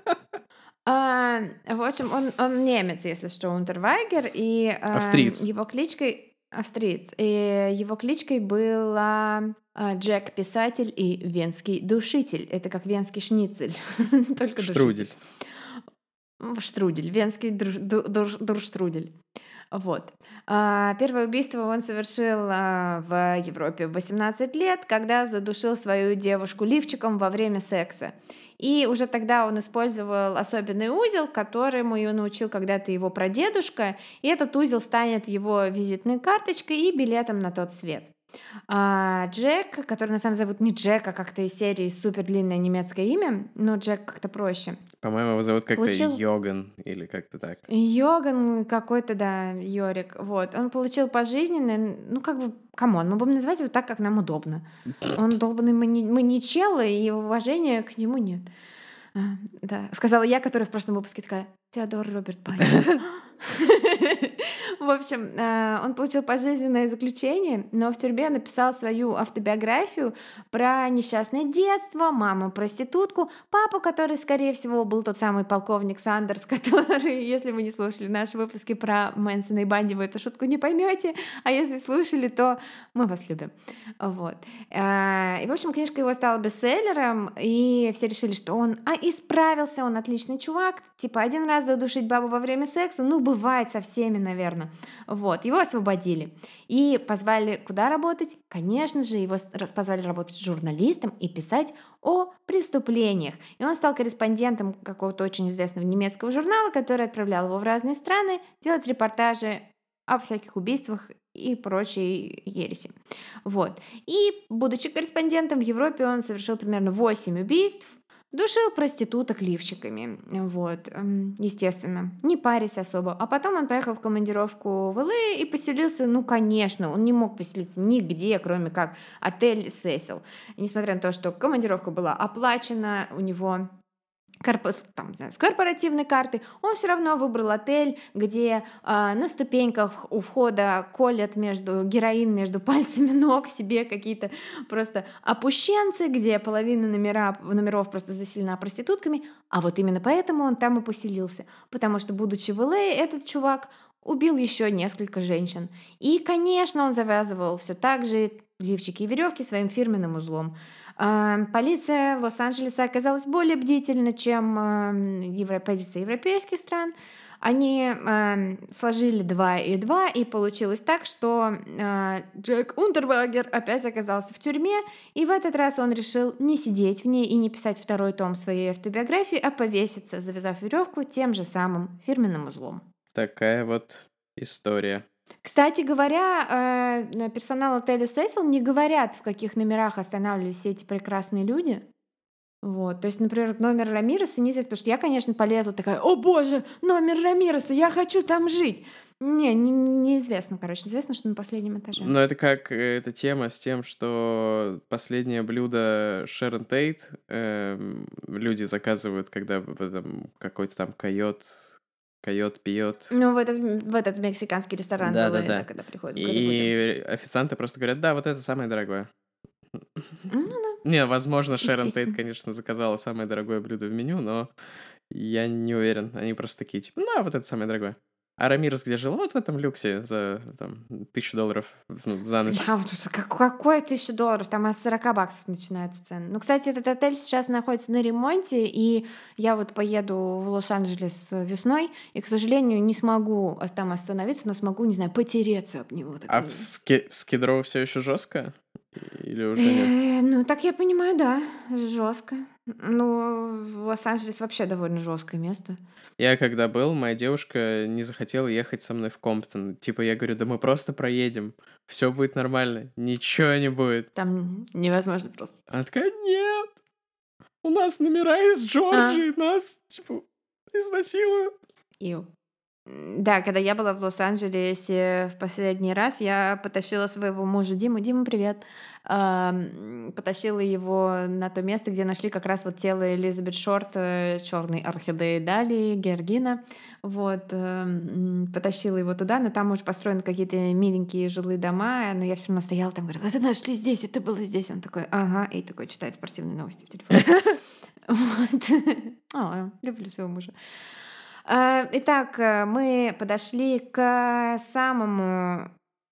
А, в общем, он, он немец, если что, Унтервайгер, и а, Австриец. его кличкой австриец, и его кличкой была а, Джек Писатель и Венский Душитель. Это как венский шницель, только душитель. Штрудель. М, Штрудель, венский друш- ду- дур- дурштрудель. Вот. А, Первое убийство он совершил а, в Европе в восемнадцать лет, когда задушил свою девушку лифчиком во время секса. И уже тогда он использовал особенный узел, которому ее научил когда-то его прадедушка, и этот узел станет его визитной карточкой и билетом на тот свет. А Джек, который на самом деле зовут не Джек, а как-то из серии супер длинное немецкое имя, но Джек как-то проще. По-моему, его зовут как-то Получил Йоган или как-то так. Йоган какой-то, да, Йорик, вот. Он получил пожизненное, ну, как бы, камон, мы будем называть его так, как нам удобно. Он долбанный мани- маньячелло, и уважения к нему нет. А, да, сказала я, которая в прошлом выпуске такая, Теодор Роберт Панин. В общем, а, он получил пожизненное заключение, но в тюрьме написал свою автобиографию про несчастное детство, маму-проститутку, папу, который, скорее всего, был тот самый полковник Сандерс, который, если вы не слушали наши выпуски про Мэнсона и Банди, вы эту шутку не поймете, а если слушали, то мы вас любим. Вот. А, И, в общем, книжка его стала бестселлером, и все решили, что он а, исправился, он отличный чувак, типа один раз задушить бабу во время секса, ну, бывает со всеми, наверное. Вот, его освободили. И позвали куда работать? Конечно же, его с- раз- позвали работать журналистом и писать о преступлениях. И он стал корреспондентом какого-то очень известного немецкого журнала, который отправлял его в разные страны делать репортажи о всяких убийствах и прочей ереси. Вот. И, будучи корреспондентом в Европе, он совершил примерно восемь убийств, душил проституток лифчиками. Вот. Эм, Естественно, не парясь особо. А потом он поехал в командировку в Л А и поселился, ну, конечно, он не мог поселиться нигде, кроме как отель Сесил. И несмотря на то, что командировка была оплачена, у него корпо- с- там, не знаю, с корпоративной карты, он все равно выбрал отель, где а, на ступеньках у входа колят между героин между пальцами ног себе какие-то просто опущенцы, где половина номера, номеров просто заселена проститутками, а вот именно поэтому он там и поселился, потому что, будучи в Л А, этот чувак убил еще несколько женщин. И, конечно, он завязывал все так же лифчики и веревки своим фирменным узлом. А, Полиция Лос-Анджелеса оказалась более бдительна, чем а, евро- полиция европейских стран. Они а, сложили два и два, и получилось так, что а, Джек Унтервагер опять оказался в тюрьме, и в этот раз он решил не сидеть в ней и не писать второй том своей автобиографии, а повеситься, завязав веревку тем же самым фирменным узлом. Такая вот история. Кстати говоря, э, персонал отеля Сесил не говорят, в каких номерах останавливались все эти прекрасные люди. Вот. То есть, например, номер Рамиреса неизвестно, потому что я, конечно, полезла такая: «О боже, номер Рамиреса, я хочу там жить!» Не, не неизвестно, короче. Известно, что на последнем этаже. Но это как э, эта тема с тем, что последнее блюдо Шерон Тейт эм, люди заказывают, когда в этом какой-то там койот, койот пьет. Ну, в этот, в этот мексиканский ресторан Да, да, Делаэда, да. когда приходят в Голливуде. И официанты просто говорят: да, вот это самое дорогое. Ну да, Не, возможно, Шерон Тейт, естественно. конечно, заказала самое дорогое блюдо в меню, но я не уверен. Они просто такие, типа, да, вот это самое дорогое. А Рамирес где жил? Вот в этом люксе за там, тысячу долларов за за ночь. Бля, вот тут как- какое тысяча долларов? Там от сорока баксов начинается цены. Ну, кстати, этот отель сейчас находится на ремонте, и я вот поеду в Лос-Анджелес весной, и, к сожалению, не смогу ос- там остановиться, но смогу, не знаю, потереться об него. А Так. в, Ски- в Скидроу все еще жестко? Или уже нет? Э, ну, так я понимаю, да, жестко. Ну, в Лос-Анджелес вообще довольно жесткое место. Я когда был, моя девушка не захотела ехать со мной в Комптон. Типа, я говорю, да мы просто проедем, все будет нормально, ничего не будет. Там невозможно просто. Она такая, нет, у нас номера из А, Джорджии, нас, типа, изнасилуют. ил. М, Да, когда я была в Лос-Анджелесе в последний раз, я потащила своего мужа Диму. Дима, привет. Ам, Потащила его на то место, где нашли как раз вот тело Элизабет Шорт, черной орхидеи Дали, Георгина. Вот, эм, потащила его туда, но там уже построены какие-то миленькие жилые дома, но я все равно стояла там, говорила: это нашли здесь, это было здесь. Он такой: ага, и такой читает спортивные новости в телефоне. Вот. О, люблю своего мужа. Э, Итак, э, мы подошли к самому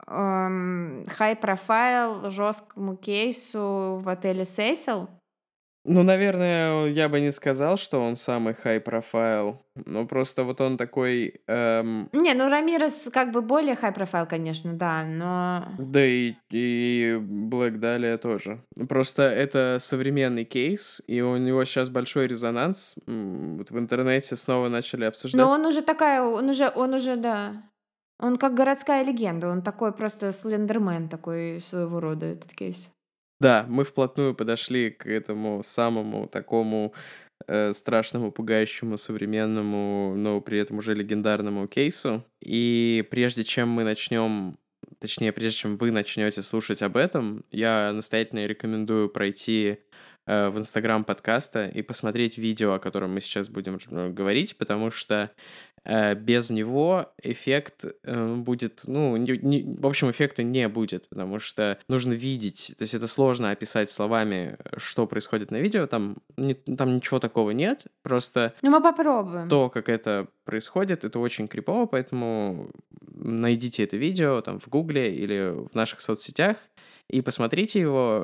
эм, high-profile, жесткому кейсу в отеле Сейсел. Ну, наверное, я бы не сказал, что он самый high-profile. Ну, просто вот он такой... эм, Не, ну Рамирес как бы более high-profile, конечно, да, но... Да и, и Black Dahlia тоже. Просто это современный кейс, и у него сейчас большой резонанс. М, Вот в интернете снова начали Но обсуждать. он уже такая, он уже, он уже, да. Он как городская легенда, он такой просто слендермен такой своего рода, этот кейс. Да, мы вплотную подошли к этому самому такому э, страшному, пугающему, современному, но при этом уже легендарному кейсу. И прежде чем мы начнем, точнее, прежде чем вы начнете слушать об этом, я настоятельно рекомендую пройти э, в Инстаграм подкаста и посмотреть видео, о котором мы сейчас будем э, говорить, потому что э, без него эффект э, будет, ну, не- не- в общем, эффекта не будет, потому что нужно видеть, то есть это сложно описать словами, э, что происходит на видео, там, не- там ничего такого нет, просто Ну, мы попробуем. то, как это происходит, это очень крипово, поэтому найдите это видео там в Гугле или в наших соцсетях и посмотрите его.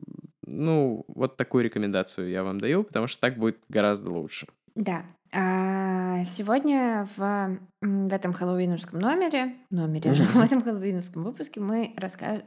Ну, вот такую рекомендацию я вам даю, потому что так будет гораздо лучше. Да. А, Сегодня в, м, в этом хэллоуиновском номере, номере, в этом хэллоуиновском выпуске мы расскажем,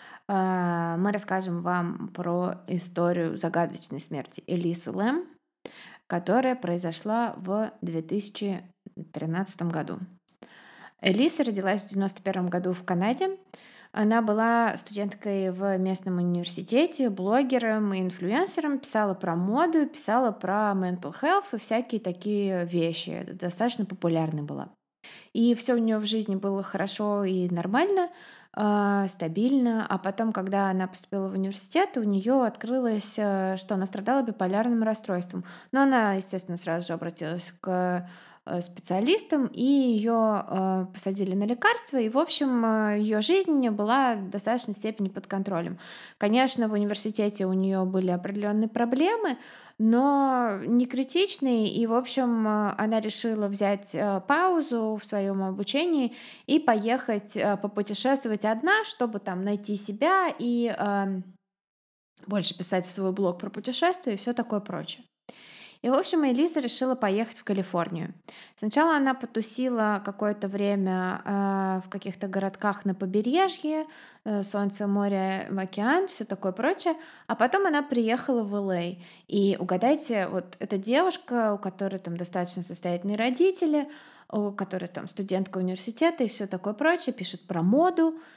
мы расскажем вам про историю загадочной смерти Элисы Лэм, которая произошла в две тысячи тринадцатом году. Элиса родилась в девяносто первом году в Канаде. Она была студенткой в местном университете, блогером и инфлюенсером, писала про моду, писала про mental health и всякие такие вещи. Достаточно популярной была. И все у нее в жизни было хорошо и нормально, а, стабильно. А потом, когда она поступила в университет, у нее открылось, э, что она страдала биполярным расстройством. Но она, естественно, сразу же обратилась к э, специалистам, и ее посадили на лекарства, и, в общем, ее жизнь была в достаточной степени под контролем. Конечно, в университете у нее были определенные проблемы, но не критичные, и, в общем, э, она решила взять э, паузу в своем обучении и поехать э, попутешествовать одна, чтобы там найти себя и эм, больше писать в свой блог про путешествия и все такое прочее. И, в общем, Элиза решила поехать в Калифорнию. Сначала она потусила какое-то время э, в каких-то городках на побережье, э, солнце, море, океан, все такое прочее, а потом она приехала в Л А. И угадайте, вот эта девушка, у которой там достаточно состоятельные родители, у которой там студентка университета и все такое прочее, пишет про моду,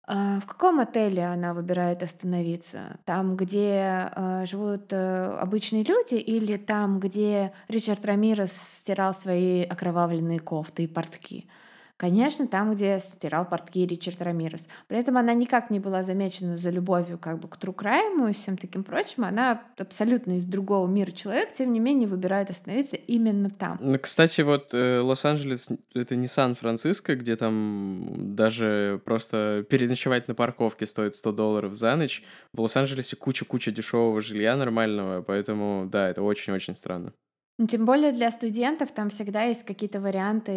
А, В каком отеле она выбирает остановиться? Там, где э, живут э, обычные люди, или там, где Ричард Рамирес стирал свои окровавленные кофты и портки? Конечно, там, где стирал портки Ричард Рамирес. При этом она никак не была замечена за любовью как бы к true crime и всем таким прочим. Она абсолютно из другого мира человек, тем не менее выбирает остановиться именно там. Ну, кстати, вот э, Лос-Анджелес — это не Сан-Франциско, где там даже просто переночевать на парковке стоит сто долларов за ночь. В Лос-Анджелесе куча-куча дешевого жилья нормального, поэтому, да, это очень-очень странно. Ну, тем более для студентов там всегда есть какие-то варианты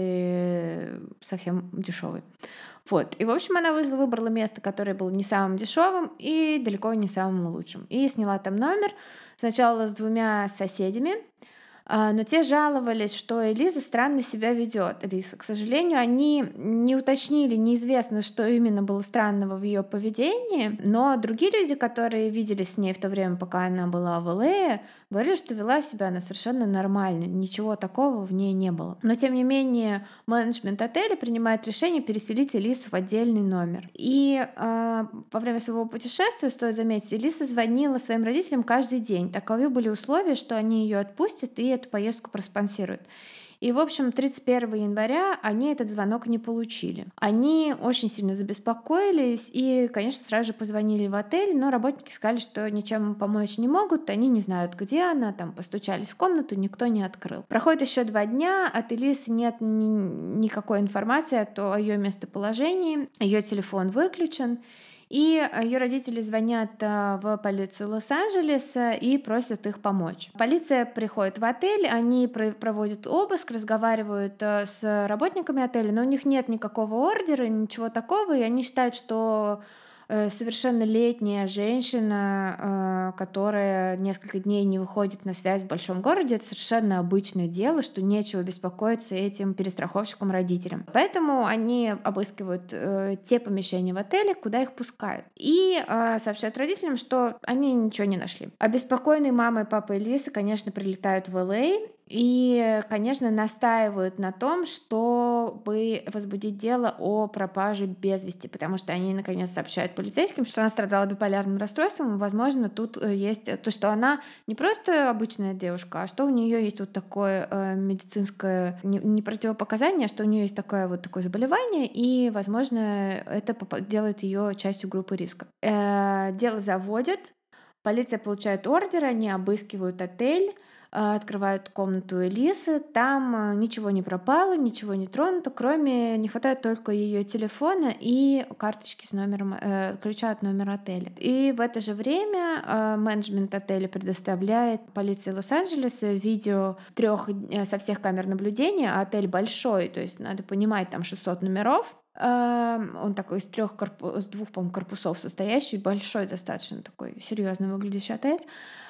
э, совсем дешевые. Вот. И, в общем, она вы- выбрала место, которое было не самым дешевым и далеко не самым лучшим. И сняла там номер сначала с двумя соседями, а, но те жаловались, что Элиза странно себя ведет. Элиза, к сожалению, они не уточнили, неизвестно, что именно было странного в ее поведении, но другие люди, которые виделись с ней в то время, пока она была в Л А, говорили, что вела себя она совершенно нормально, ничего такого в ней не было. Но, тем не менее, менеджмент отеля принимает решение переселить Элису в отдельный номер. И а, во время своего путешествия, стоит заметить, Элиса звонила своим родителям каждый день. Таковы были условия, что они ее отпустят и эту поездку проспонсируют. И, в общем, тридцать первого января они этот звонок не получили. Они очень сильно забеспокоились и, конечно, сразу же позвонили в отель, но работники сказали, что ничем им помочь не могут, они не знают, где она, там постучались в комнату, никто не открыл. Проходит еще два дня, от Элисы нет ни- никакой информации о ее местоположении, ее телефон выключен. И ее родители звонят э, в полицию Лос-Анджелеса и просят их помочь. Полиция приходит в отель, они про- проводят обыск, разговаривают э, с работниками отеля, но у них нет никакого ордера, ничего такого, и они считают, что э, совершеннолетняя женщина, э, которая несколько дней не выходит на связь в большом городе, это совершенно обычное дело, что нечего беспокоиться этим перестраховщикам-родителям. Поэтому они обыскивают э, те помещения в отеле, куда их пускают. И э, сообщают родителям, что они ничего не нашли. Обеспокоенные мама и папа Элисы, конечно, прилетают в Л А и, конечно, настаивают на том, чтобы возбудить дело о пропаже без вести, потому что они, наконец, сообщают полицейским, что она страдала биполярным расстройством, и, возможно, тут э, есть то, что она не просто обычная девушка, а что у нее есть вот такое э, медицинское, не, не противопоказание, а что у нее есть такое вот такое заболевание, и, возможно, это попа- делает ее частью группы риска. Э, дело заводят, полиция получает ордер, они обыскивают отель, э, открывают комнату Элисы, там э, ничего не пропало, ничего не тронуто, кроме не хватает только ее телефона и карточки с номером, э, ключа от номера отеля. И в это же время э, менеджмент отеля предоставляет полиции Лос-Анджелеса видео трех э, со всех камер наблюдения, а отель большой, то есть надо понимать, там шестьсот номеров. Эм, Он такой из трех корпу- из двух, по-моему, корпусов состоящий, большой достаточно такой серьезно выглядящий отель.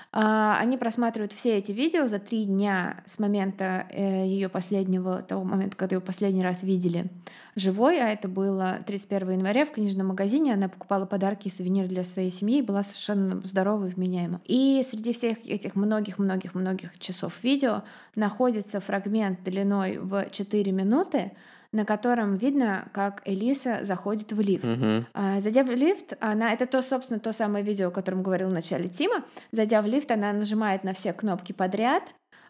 А, Они просматривают все эти видео за три дня с момента ее последнего, того момента, когда ее последний раз видели живой, а это было тридцать первого января в книжном магазине. Она покупала подарки и сувениры для своей семьи и была совершенно здорова и вменяема. И среди всех этих многих-многих-многих часов видео находится фрагмент длиной в четыре минуты, на котором видно, как Элиса заходит в лифт. Мгм. А, Зайдя в лифт, она это то, собственно, то самое видео, о котором говорил в начале Тима. Зайдя в лифт, она нажимает на все кнопки подряд,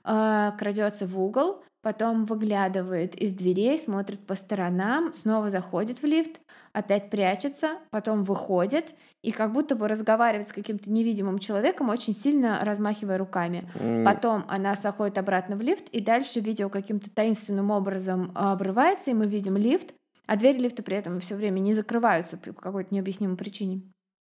а, крадется в угол, потом выглядывает из дверей, смотрит по сторонам, снова заходит в лифт, опять прячется, потом выходит и как будто бы разговаривает с каким-то невидимым человеком, очень сильно размахивая руками. М, Потом она заходит обратно в лифт, и дальше видео каким-то таинственным образом а, обрывается, и мы видим лифт, а двери лифта при этом все время не закрываются по какой-то необъяснимой причине.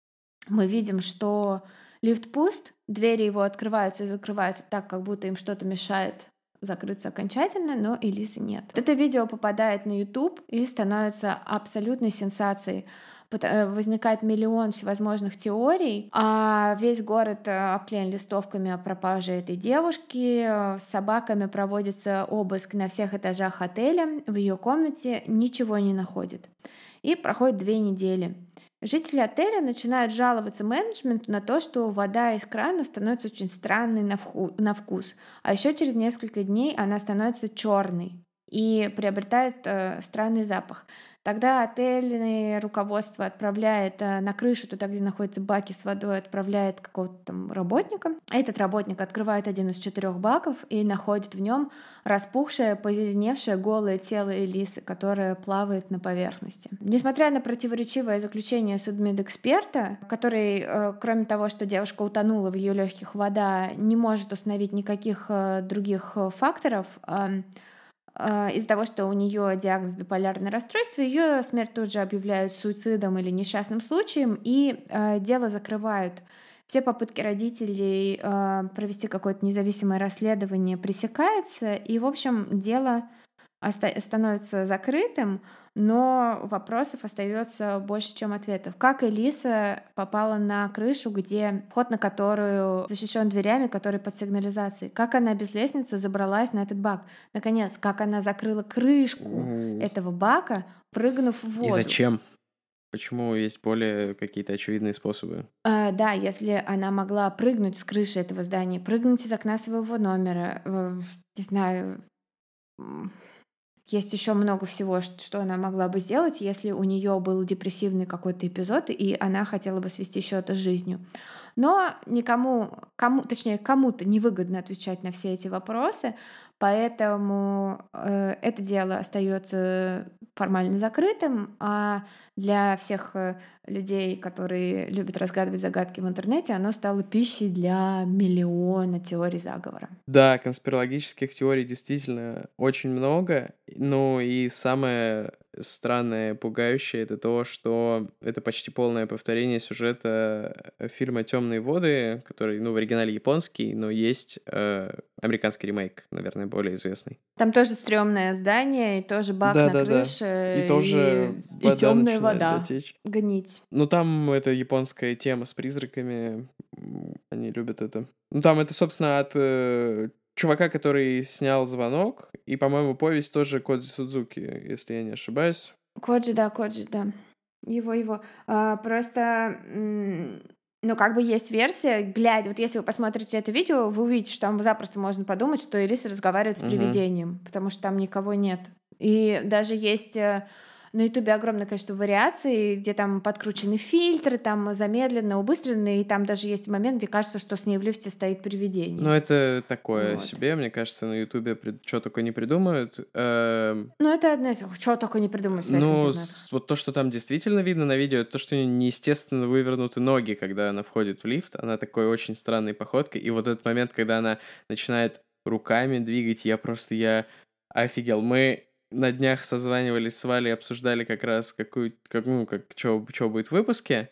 Мы видим, что лифт пуст, двери его открываются и закрываются так, как будто им что-то мешает закрыться окончательно, но Элисы нет. Это видео попадает на YouTube и становится абсолютной сенсацией. Пот- э, Возникает миллион всевозможных теорий, а весь город э, обклеен листовками о пропаже этой девушки, э, с собаками проводится обыск на всех этажах отеля, в ее комнате ничего не находит. И проходит две недели. Жители отеля начинают жаловаться менеджменту на то, что вода из крана становится очень странной на, вху- на вкус, а еще через несколько дней она становится черной и приобретает э, странный запах. Тогда отельное руководство отправляет э, на крышу, туда, где находятся баки с водой, отправляет какого-то там работника. Этот работник открывает один из четырех баков и находит в нем распухшее, позеленевшее, голое тело Элисы, которое плавает на поверхности. Несмотря на противоречивое заключение судмедэксперта, который, э, кроме того, что девушка утонула, в ее легких вода, не может установить никаких э, других э, факторов, э, из-за того, что у нее диагноз биполярное расстройство, ее смерть тут же объявляют суицидом или несчастным случаем, и э, дело закрывают. Все попытки родителей э, провести какое-то независимое расследование пресекаются, и, в общем, дело оста- становится закрытым, но вопросов остается больше, чем ответов. Как Элиса попала на крышу, где вход на которую защищен дверями, который под сигнализацией? Как она без лестницы забралась на этот бак? Наконец, как она закрыла крышку М, этого бака, прыгнув в И воду? зачем? Почему есть более какие-то очевидные способы? А, да, если она могла прыгнуть с крыши этого здания, прыгнуть из окна своего номера, э, не знаю, м, есть еще много всего, ш- что она могла бы сделать, если у нее был депрессивный какой-то эпизод, и она хотела бы свести счеты с жизнью. Но никому, кому, точнее, кому-то невыгодно отвечать на все эти вопросы, поэтому э, это дело остается формально закрытым, а для всех э, людей, которые любят разгадывать загадки в интернете, оно стало пищей для миллиона теорий заговора. Да, конспирологических теорий действительно очень много. Ну и самое странное, пугающее это то, что это почти полное повторение сюжета э, фильма «Темные воды», который, ну, в оригинале японский, но есть э, американский ремейк, наверное, более известный. Там тоже стрёмное здание, и тоже бак на Да-да-да. И крыше, тоже и, и вода темная начинает, да, вода течь. гнить. Ну, там это японская тема с призраками. м, Они любят это. Ну, там это, собственно, от э, чувака, который снял «Звонок». И, по-моему, повесть тоже Кодзи Судзуки, если я не ошибаюсь. Коджи, да, Коджи, да. Его, его. А, просто, м, ну, как бы есть версия, глядя, вот если вы посмотрите это видео, вы увидите, что там запросто можно подумать, что Элиса разговаривает с Мгм. привидением, потому что там никого нет. И даже есть э, на Ютубе огромное количество вариаций, где там подкручены фильтры, там замедленно, убыстренно, и там даже есть момент, где кажется, что с ней в лифте стоит Ну, привидение. это такое Вот. себе, мне кажется, на Ютубе что только не придумают. Эм, Ну, это одна из... Чего только не придумать в своих Ну, интернетах. с- вот то, что там действительно видно на видео, это то, что у нее неестественно вывернуты ноги, когда она входит в лифт. Она такой очень странной походкой. И вот этот момент, когда она начинает руками двигать, я просто, я офигел. Мы на днях созванивались с Валей, обсуждали как раз, какую, как, ну, как, что будет в выпуске.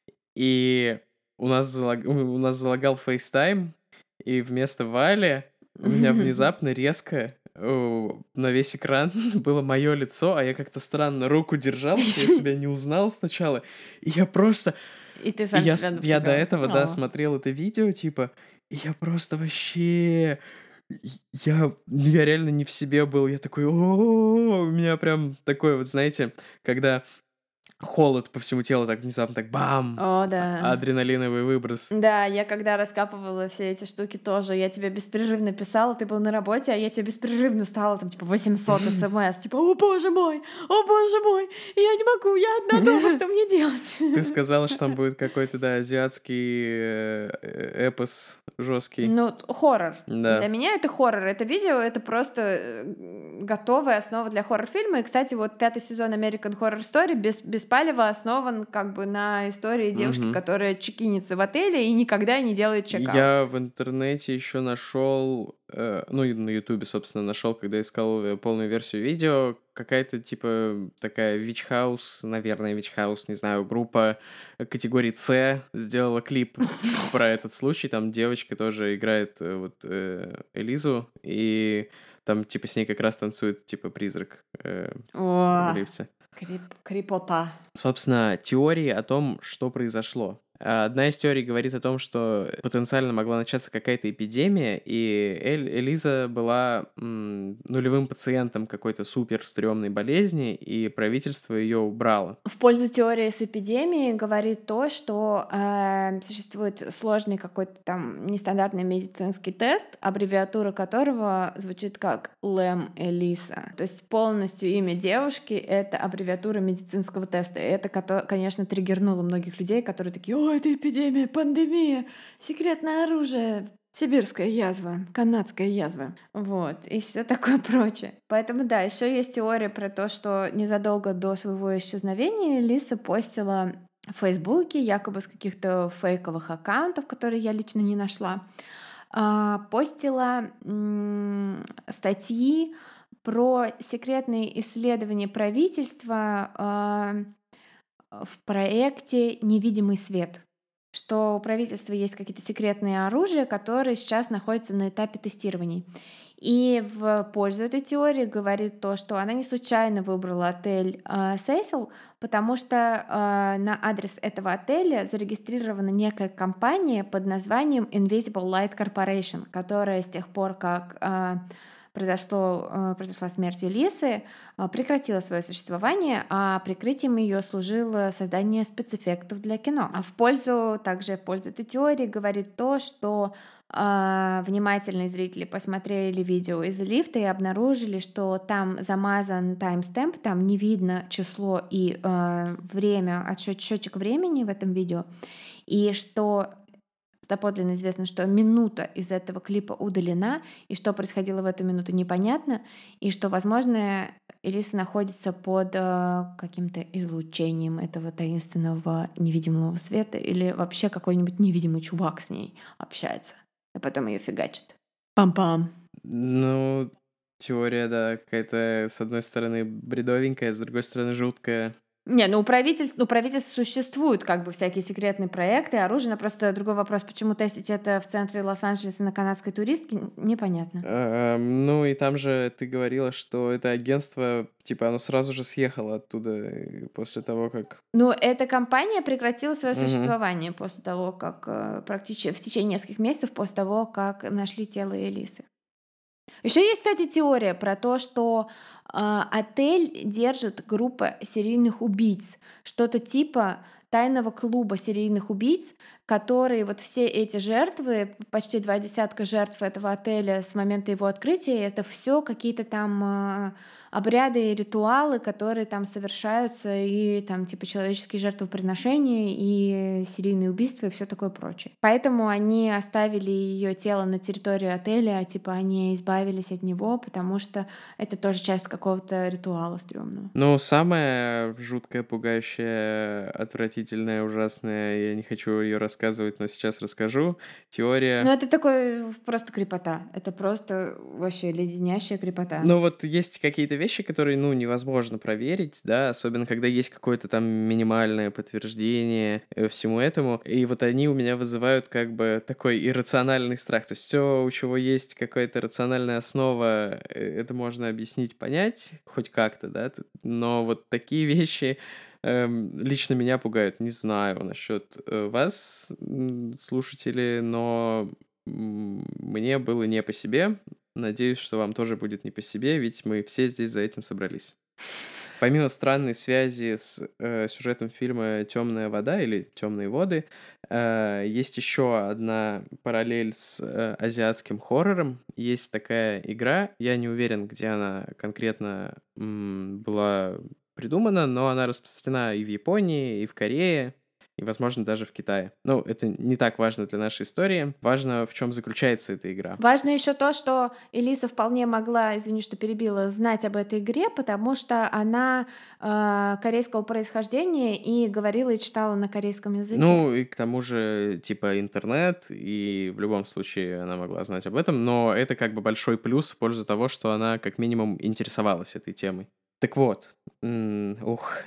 И у нас, залаг... у нас залагал FaceTime, и вместо Вали у меня внезапно резко э, на весь экран было мое лицо, а я как-то странно руку держал, я себя не узнал сначала, и я просто... И ты И сам я, себя с- я до напрягал. этого, да, О. смотрел это видео, типа, и я просто вообще... и- Я, ну, я реально не в себе был, я такой, о, у меня прям такой вот, знаете, когда холод по всему телу так внезапно так бам, О, а- да. адреналиновый выброс. Да, я когда раскапывала все эти штуки тоже, я тебе беспрерывно писала, ты был на работе, а я тебе беспрерывно стала там типа восемьсот смс, типа «О боже мой! О боже мой! Я не могу, я одна дома, что мне Ты делать?» сказала, что там будет какой-то, да, азиатский э, э, эпос жесткий. Ну, т- хоррор. Для Да. меня это хоррор. Это видео, это просто э, готовая основа для хоррор-фильма. И, кстати, вот пятый сезон American Horror Story без, без палева основан как бы на истории девушки, Мгм. которая чекинится в отеле и никогда не делает чекаут. Я в интернете еще нашел, э, ну и на Ютубе, собственно, нашел, когда искал э, полную версию видео, какая-то типа такая Witch House, наверное, Witch House, не знаю, группа э, категории С сделала клип про этот случай. Там девочка тоже играет э, вот э, Элизу, и там типа с ней как раз танцует типа призрак э, в О, лифте. крип- крипота. Собственно, теории о том, что произошло. А, Одна из теорий говорит о том, что потенциально могла начаться какая-то эпидемия, и Эль- Элиза была м, нулевым пациентом какой-то супер стрёмной болезни, и правительство ее убрало. В пользу теории с эпидемией говорит то, что э, существует сложный какой-то там нестандартный медицинский тест, аббревиатура которого звучит как Лэм Элиса. То есть полностью имя девушки — это аббревиатура медицинского теста. И это, кото- конечно, триггернуло многих людей, которые такие: «О, это эпидемия, пандемия, секретное оружие, сибирская язва, канадская язва». Вот, и все такое прочее. Поэтому да, еще есть теория про то, что незадолго до своего исчезновения Лиса постила в Фейсбуке, якобы с каких-то фейковых аккаунтов, которые я лично не нашла, а, постила м, статьи про секретные исследования правительства а, в проекте «Невидимый свет», что у правительства есть какие-то секретные оружия, которые сейчас находятся на этапе тестирований. И в пользу этой теории говорит то, что она не случайно выбрала отель э, Сесил, потому что э, на адрес этого отеля зарегистрирована некая компания под названием Invisible Light Corporation, которая с тех пор, как э, произошло, э, произошла смерть Элисы, э, прекратила свое существование, а прикрытием ее служило создание спецэффектов для кино. А в пользу, также в пользу этой теории говорит то, что а, внимательные зрители посмотрели видео из лифта и обнаружили, что там замазан таймстемп, там не видно число и э, время, отсчет, счетчик времени в этом видео, и что доподлинно известно, что минута из этого клипа удалена, и что происходило в эту минуту непонятно, и что, возможно, Элиса находится под э, каким-то излучением этого таинственного невидимого света, или вообще какой-нибудь невидимый чувак с ней общается, а потом ее фигачит. Пам-пам. Ну, теория, да, какая-то, с одной стороны, бредовенькая, с другой стороны, жуткая. Не, ну у правительств, у правительств существуют как бы всякие секретные проекты, оружие, но просто другой вопрос, почему тестить это в центре Лос-Анджелеса на канадской туристке, н- непонятно. Эм, Ну, и там же ты говорила, что это агентство, типа, оно сразу же съехало оттуда э, после того, как... Но эта компания прекратила свое Мгм. существование после того, как э, практически в течение нескольких месяцев после того, как нашли тело Элисы. Еще есть, кстати, теория про то, что а, отель держит группа серийных убийц, что-то типа тайного клуба серийных убийц, которые вот все эти жертвы, почти два десятка жертв этого отеля с момента его открытия, это все какие-то там а, обряды и ритуалы, которые там совершаются, и там типа человеческие жертвоприношения, и серийные убийства, и все такое прочее. Поэтому они оставили ее тело на территории отеля, а типа они избавились от него, потому что это тоже часть какого-то ритуала стрёмного. Ну, самое жуткое, пугающее, отвратительное, ужасное, я не хочу ее рассказывать, но сейчас расскажу. Теория... Но это такой просто крепота. Это просто вообще леденящая крепота. Ну, вот есть какие-то вещи, которые, ну, невозможно проверить, да, особенно когда есть какое-то там минимальное подтверждение э, всему этому, и вот они у меня вызывают как бы такой иррациональный страх, то есть все, у чего есть какая-то рациональная основа, э, это можно объяснить, понять, хоть как-то, да, т- но вот такие вещи эм, лично меня пугают, не знаю насчет э, вас, м, слушатели, но м, мне было не по себе. Надеюсь, что вам тоже будет не по себе, ведь мы все здесь за этим собрались. Помимо странной связи с э, сюжетом фильма «Темная вода» или «Темные воды», э, есть еще одна параллель с э, азиатским хоррором. Есть такая игра, я не уверен, где она конкретно м, была придумана, но она распространена и в Японии, и в Корее, и, возможно, даже в Китае. Ну, это не так важно для нашей истории. Важно, в чем заключается эта игра. Важно еще то, что Элиса вполне могла, извини, что перебила, знать об этой игре, потому что она э, корейского происхождения и говорила и читала на корейском языке. Ну, и к тому же, типа, интернет, и в любом случае она могла знать об этом, но это как бы большой плюс в пользу того, что она как минимум интересовалась этой темой. Так вот, м, ух,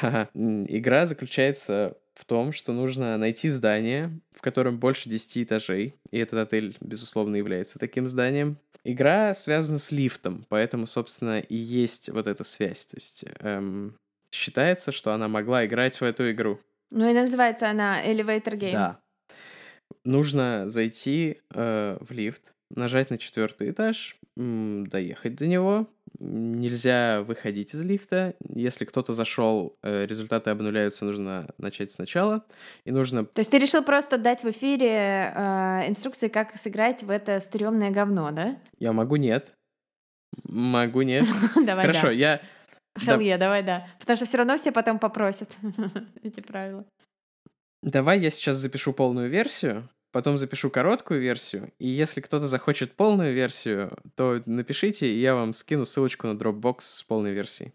м, игра заключается в том, что нужно найти здание, в котором больше десяти этажей, и этот отель, безусловно, является таким зданием. Игра связана с лифтом, поэтому, собственно, и есть вот эта связь. То есть эм, считается, что она могла играть в эту игру. Ну и называется она Elevator Game. Да. Нужно зайти э, в лифт, нажать на четвертый этаж, м, доехать до него. М, Нельзя выходить из лифта. Если кто-то зашел, э, результаты обнуляются, нужно начать сначала. И нужно... То есть ты решил просто дать в эфире э, инструкции, как сыграть в это стрёмное говно, да? Я могу нет. Могу нет. Давай Хорошо, да. я... Hell да- yeah, давай да. Потому что все равно все потом попросят эти правила. Давай я сейчас запишу полную версию, потом запишу короткую версию, и если кто-то захочет полную версию, то напишите, и я вам скину ссылочку на Dropbox с полной версией.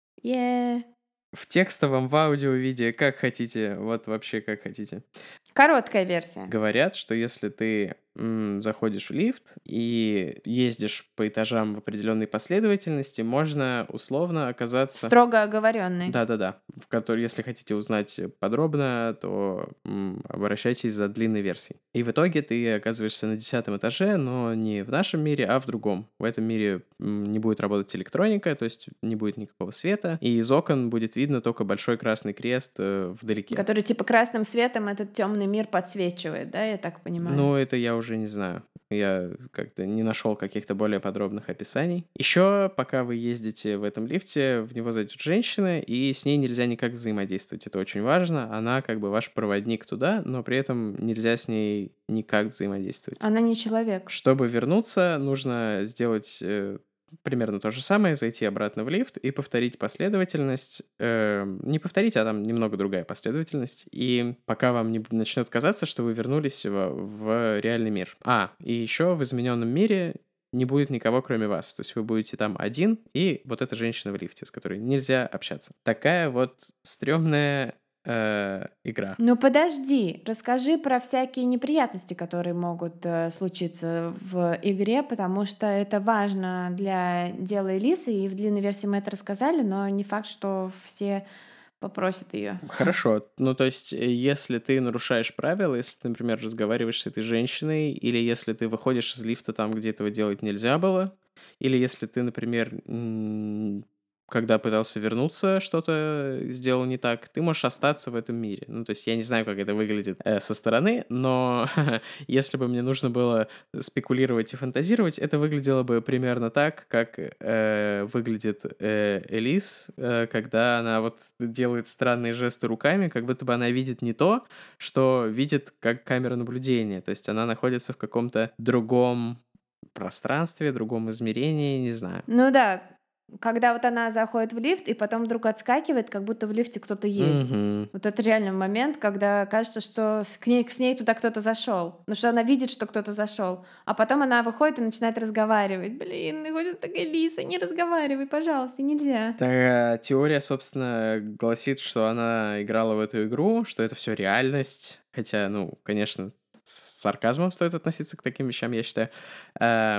Yeah. В текстовом, в аудио-виде, как хотите, вот вообще как хотите. Короткая версия. Говорят, что если ты м, заходишь в лифт и ездишь по этажам в определенной последовательности, можно условно оказаться... Строго оговоренный. Да-да-да. В которой, если хотите узнать подробно, то м, обращайтесь за длинной версией. И в итоге ты оказываешься на десятом этаже, но не в нашем мире, а в другом. В этом мире м, не будет работать электроника, то есть не будет никакого света, и из окон будет видно только большой красный крест э, вдалеке. Который типа красным светом этот темный мир подсвечивает, да, я так понимаю? Ну, это я уже не знаю. Я как-то не нашел каких-то более подробных описаний. Еще, пока вы ездите в этом лифте, в него зайдет женщина, и с ней нельзя никак взаимодействовать. Это очень важно. Она как бы ваш проводник туда, но при этом нельзя с ней никак взаимодействовать. Она не человек. Чтобы вернуться, нужно сделать э, примерно то же самое, зайти обратно в лифт и повторить последовательность. Э, не повторить, а там немного другая последовательность. И пока вам не начнет казаться, что вы вернулись в, в реальный мир. А, и еще в измененном мире не будет никого, кроме вас. То есть вы будете там один, и вот эта женщина в лифте, с которой нельзя общаться. Такая вот стрёмная э, игра. Ну подожди, расскажи про всякие неприятности, которые могут э, случиться в игре, потому что это важно для дела Элисы, и в длинной версии мы это рассказали, но не факт, что все попросят ее. Хорошо. Ну, то есть, э, если ты нарушаешь правила, если ты, например, разговариваешь с этой женщиной, или если ты выходишь из лифта там, где этого делать нельзя было, или если ты, например, м, когда пытался вернуться, что-то сделал не так, ты можешь остаться в этом мире. Ну, то есть, я не знаю, как это выглядит э, со стороны, но если бы мне нужно было спекулировать и фантазировать, это выглядело бы примерно так, как э, выглядит э, Элис, э, когда она вот делает странные жесты руками, как будто бы она видит не то, что видит как камера наблюдения. То есть она находится в каком-то другом пространстве, другом измерении, не знаю. Ну да, когда вот она заходит в лифт и потом вдруг отскакивает, как будто в лифте кто-то есть. Мгм. Вот это реальный момент, когда кажется, что с, к ней, с ней туда кто-то зашел. Потому что она видит, что кто-то зашел. А потом она выходит и начинает разговаривать. Блин, ну хочет такая Лиса, не разговаривай, пожалуйста, нельзя. Та теория, собственно, гласит, что она играла в эту игру, что это все реальность. Хотя, ну, конечно, с сарказмом стоит относиться к таким вещам, я считаю. Э,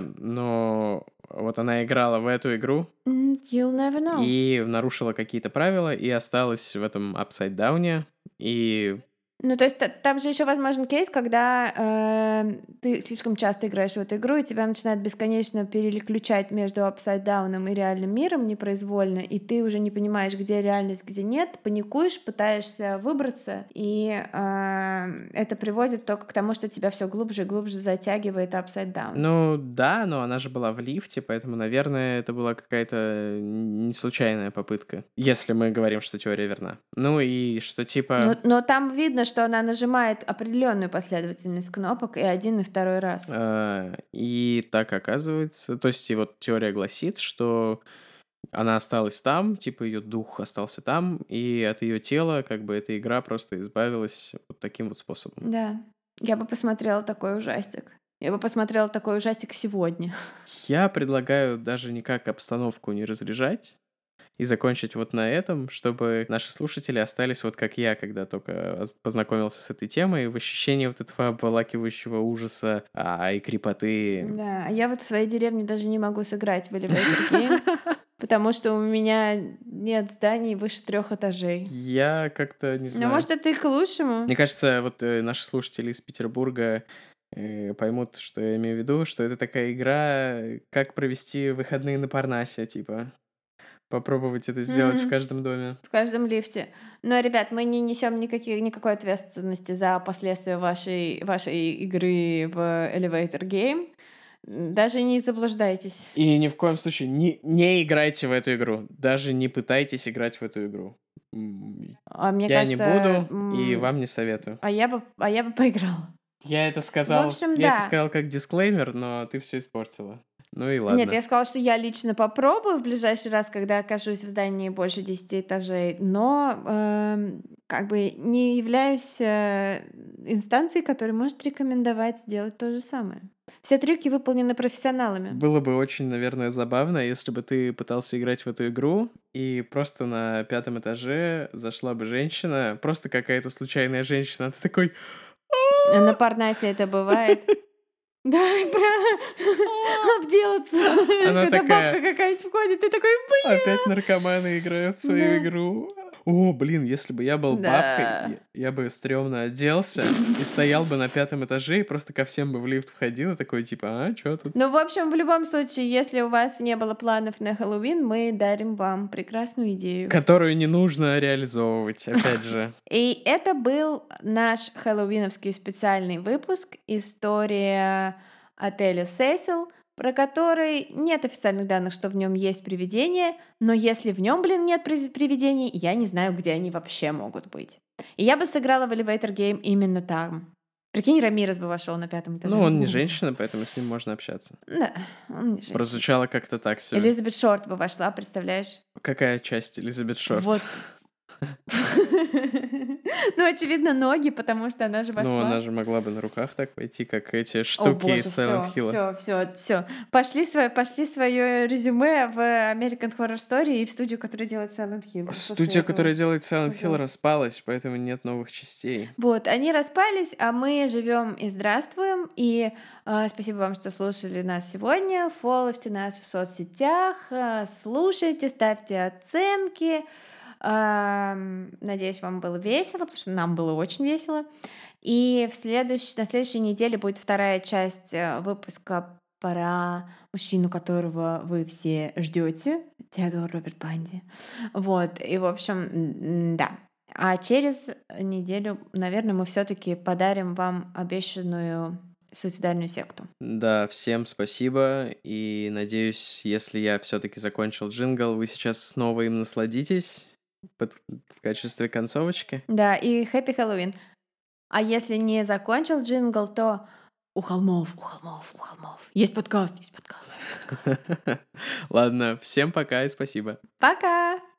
но вот она играла в эту игру М, You'll never know. и нарушила какие-то правила, и осталась в этом апсайд-дауне. И Ну, то есть та- там же еще возможен кейс, когда э, ты слишком часто играешь в эту игру, и тебя начинает бесконечно переключать между апсайд-дауном и реальным миром непроизвольно, и ты уже не понимаешь, где реальность, где нет, паникуешь, пытаешься выбраться, и э, это приводит только к тому, что тебя все глубже и глубже затягивает апсайд-даун. ну да, но она же была в лифте, поэтому, наверное, это была какая-то не случайная попытка, если мы говорим, что теория верна. Ну и что типа... Но, но там видно, что она нажимает определенную последовательность кнопок и один, и второй раз. А, И так оказывается, то есть и вот теория гласит, что она осталась там, типа ее дух остался там, и от ее тела как бы эта игра просто избавилась вот таким вот способом. Да, я бы посмотрела такой ужастик. Я бы посмотрела такой ужастик сегодня. Я предлагаю даже никак обстановку не разряжать и закончить вот на этом, чтобы наши слушатели остались вот как я, когда только оз- познакомился с этой темой, в ощущении вот этого обволакивающего ужаса а, и крепоты. Да, а я вот в своей деревне даже не могу сыграть в Elevator Game, потому что у меня нет зданий выше трех этажей. Я как-то не Ну, знаю. может, это и к лучшему. Мне кажется, вот э, наши слушатели из Петербурга э, поймут, что я имею в виду, что это такая игра, э, как провести выходные на Парнасе, типа. Попробовать это сделать в Мгм. каждом доме. В каждом лифте. Но, ребят, мы не несем никаких, никакой ответственности за последствия вашей, вашей игры в Elevator Game. М, Даже не заблуждайтесь. И ни в коем случае не, не играйте в эту игру. Даже не пытайтесь играть в эту игру. М, А мне Я не кажется, буду и м, вам не советую. а я бы, а я бы поиграла. Я это В сказал, общем, я это да. сказал как дисклеймер, но ты все испортила. Ну и Нет, ладно. я сказала, что я лично попробую в ближайший раз, когда окажусь в здании больше десяти этажей, но эм, как бы не являюсь э, инстанцией, которая может рекомендовать сделать то же самое. Все трюки выполнены профессионалами. Было бы очень, наверное, забавно, если бы ты пытался играть в эту игру, и просто на пятом этаже зашла бы женщина, просто какая-то случайная женщина, а ты такой... На Парнасе это бывает. Да, и про обделаться. Она Когда такая, бабка какая-нибудь входит, ты такой, блин. опять наркоманы играют в свою Да. игру. О, блин, если бы я был бабкой, Да. я, я бы стрёмно оделся и стоял бы на пятом этаже и просто ко всем бы в лифт входил и такой, типа, а, чё тут? Ну, в общем, в любом случае, если у вас не было планов на Хэллоуин, мы дарим вам прекрасную идею. Которую не нужно реализовывать, опять же. И это был наш хэллоуиновский специальный выпуск «История отеля Сесил», про который нет официальных данных, что в нем есть привидения, но если в нем, блин, нет приз- привидений, я не знаю, где они вообще могут быть. И я бы сыграла в Elevator Game именно там. Прикинь, Рамирес бы вошел на пятом этаже. Ну, он не женщина, поэтому с ним можно общаться. Да, он не женщина. Прозвучало как-то так все. Элизабет Шорт бы вошла, представляешь? Какая часть Элизабет Шорт? Вот. Ну, очевидно, ноги, потому что она же Ну, вошла. она же могла бы на руках так пойти, как эти О штуки боже, из Silent все, Hill. все, все, все. Пошли свое, пошли свое резюме в American Horror Story и в студию, которая делает Silent Hill. После Студия, этого. которая делает Silent Hill, Пожалуйста. распалась, поэтому нет новых частей. Вот, они распались, а мы живем и здравствуем. И э, спасибо вам, что слушали нас сегодня. Фолловьте нас в соцсетях, э, слушайте, ставьте оценки. Эм, Надеюсь, вам было весело, потому что нам было очень весело. И в следующ... на следующей неделе будет вторая часть э, выпуска про мужчину, которого вы все ждете, Теодор Роберт Банди. Вот, и в общем, м, да. А через неделю, наверное, мы все-таки подарим вам обещанную суицидальную секту. Да, всем спасибо, и надеюсь, если я все-таки закончил джингл, вы сейчас снова им насладитесь под- в качестве концовочки. Да, и хэппи Хэллоуин. А если не закончил джингл, то у холмов, у холмов, у холмов. Есть подкаст, есть подкаст. Ладно, всем пока и спасибо. Пока!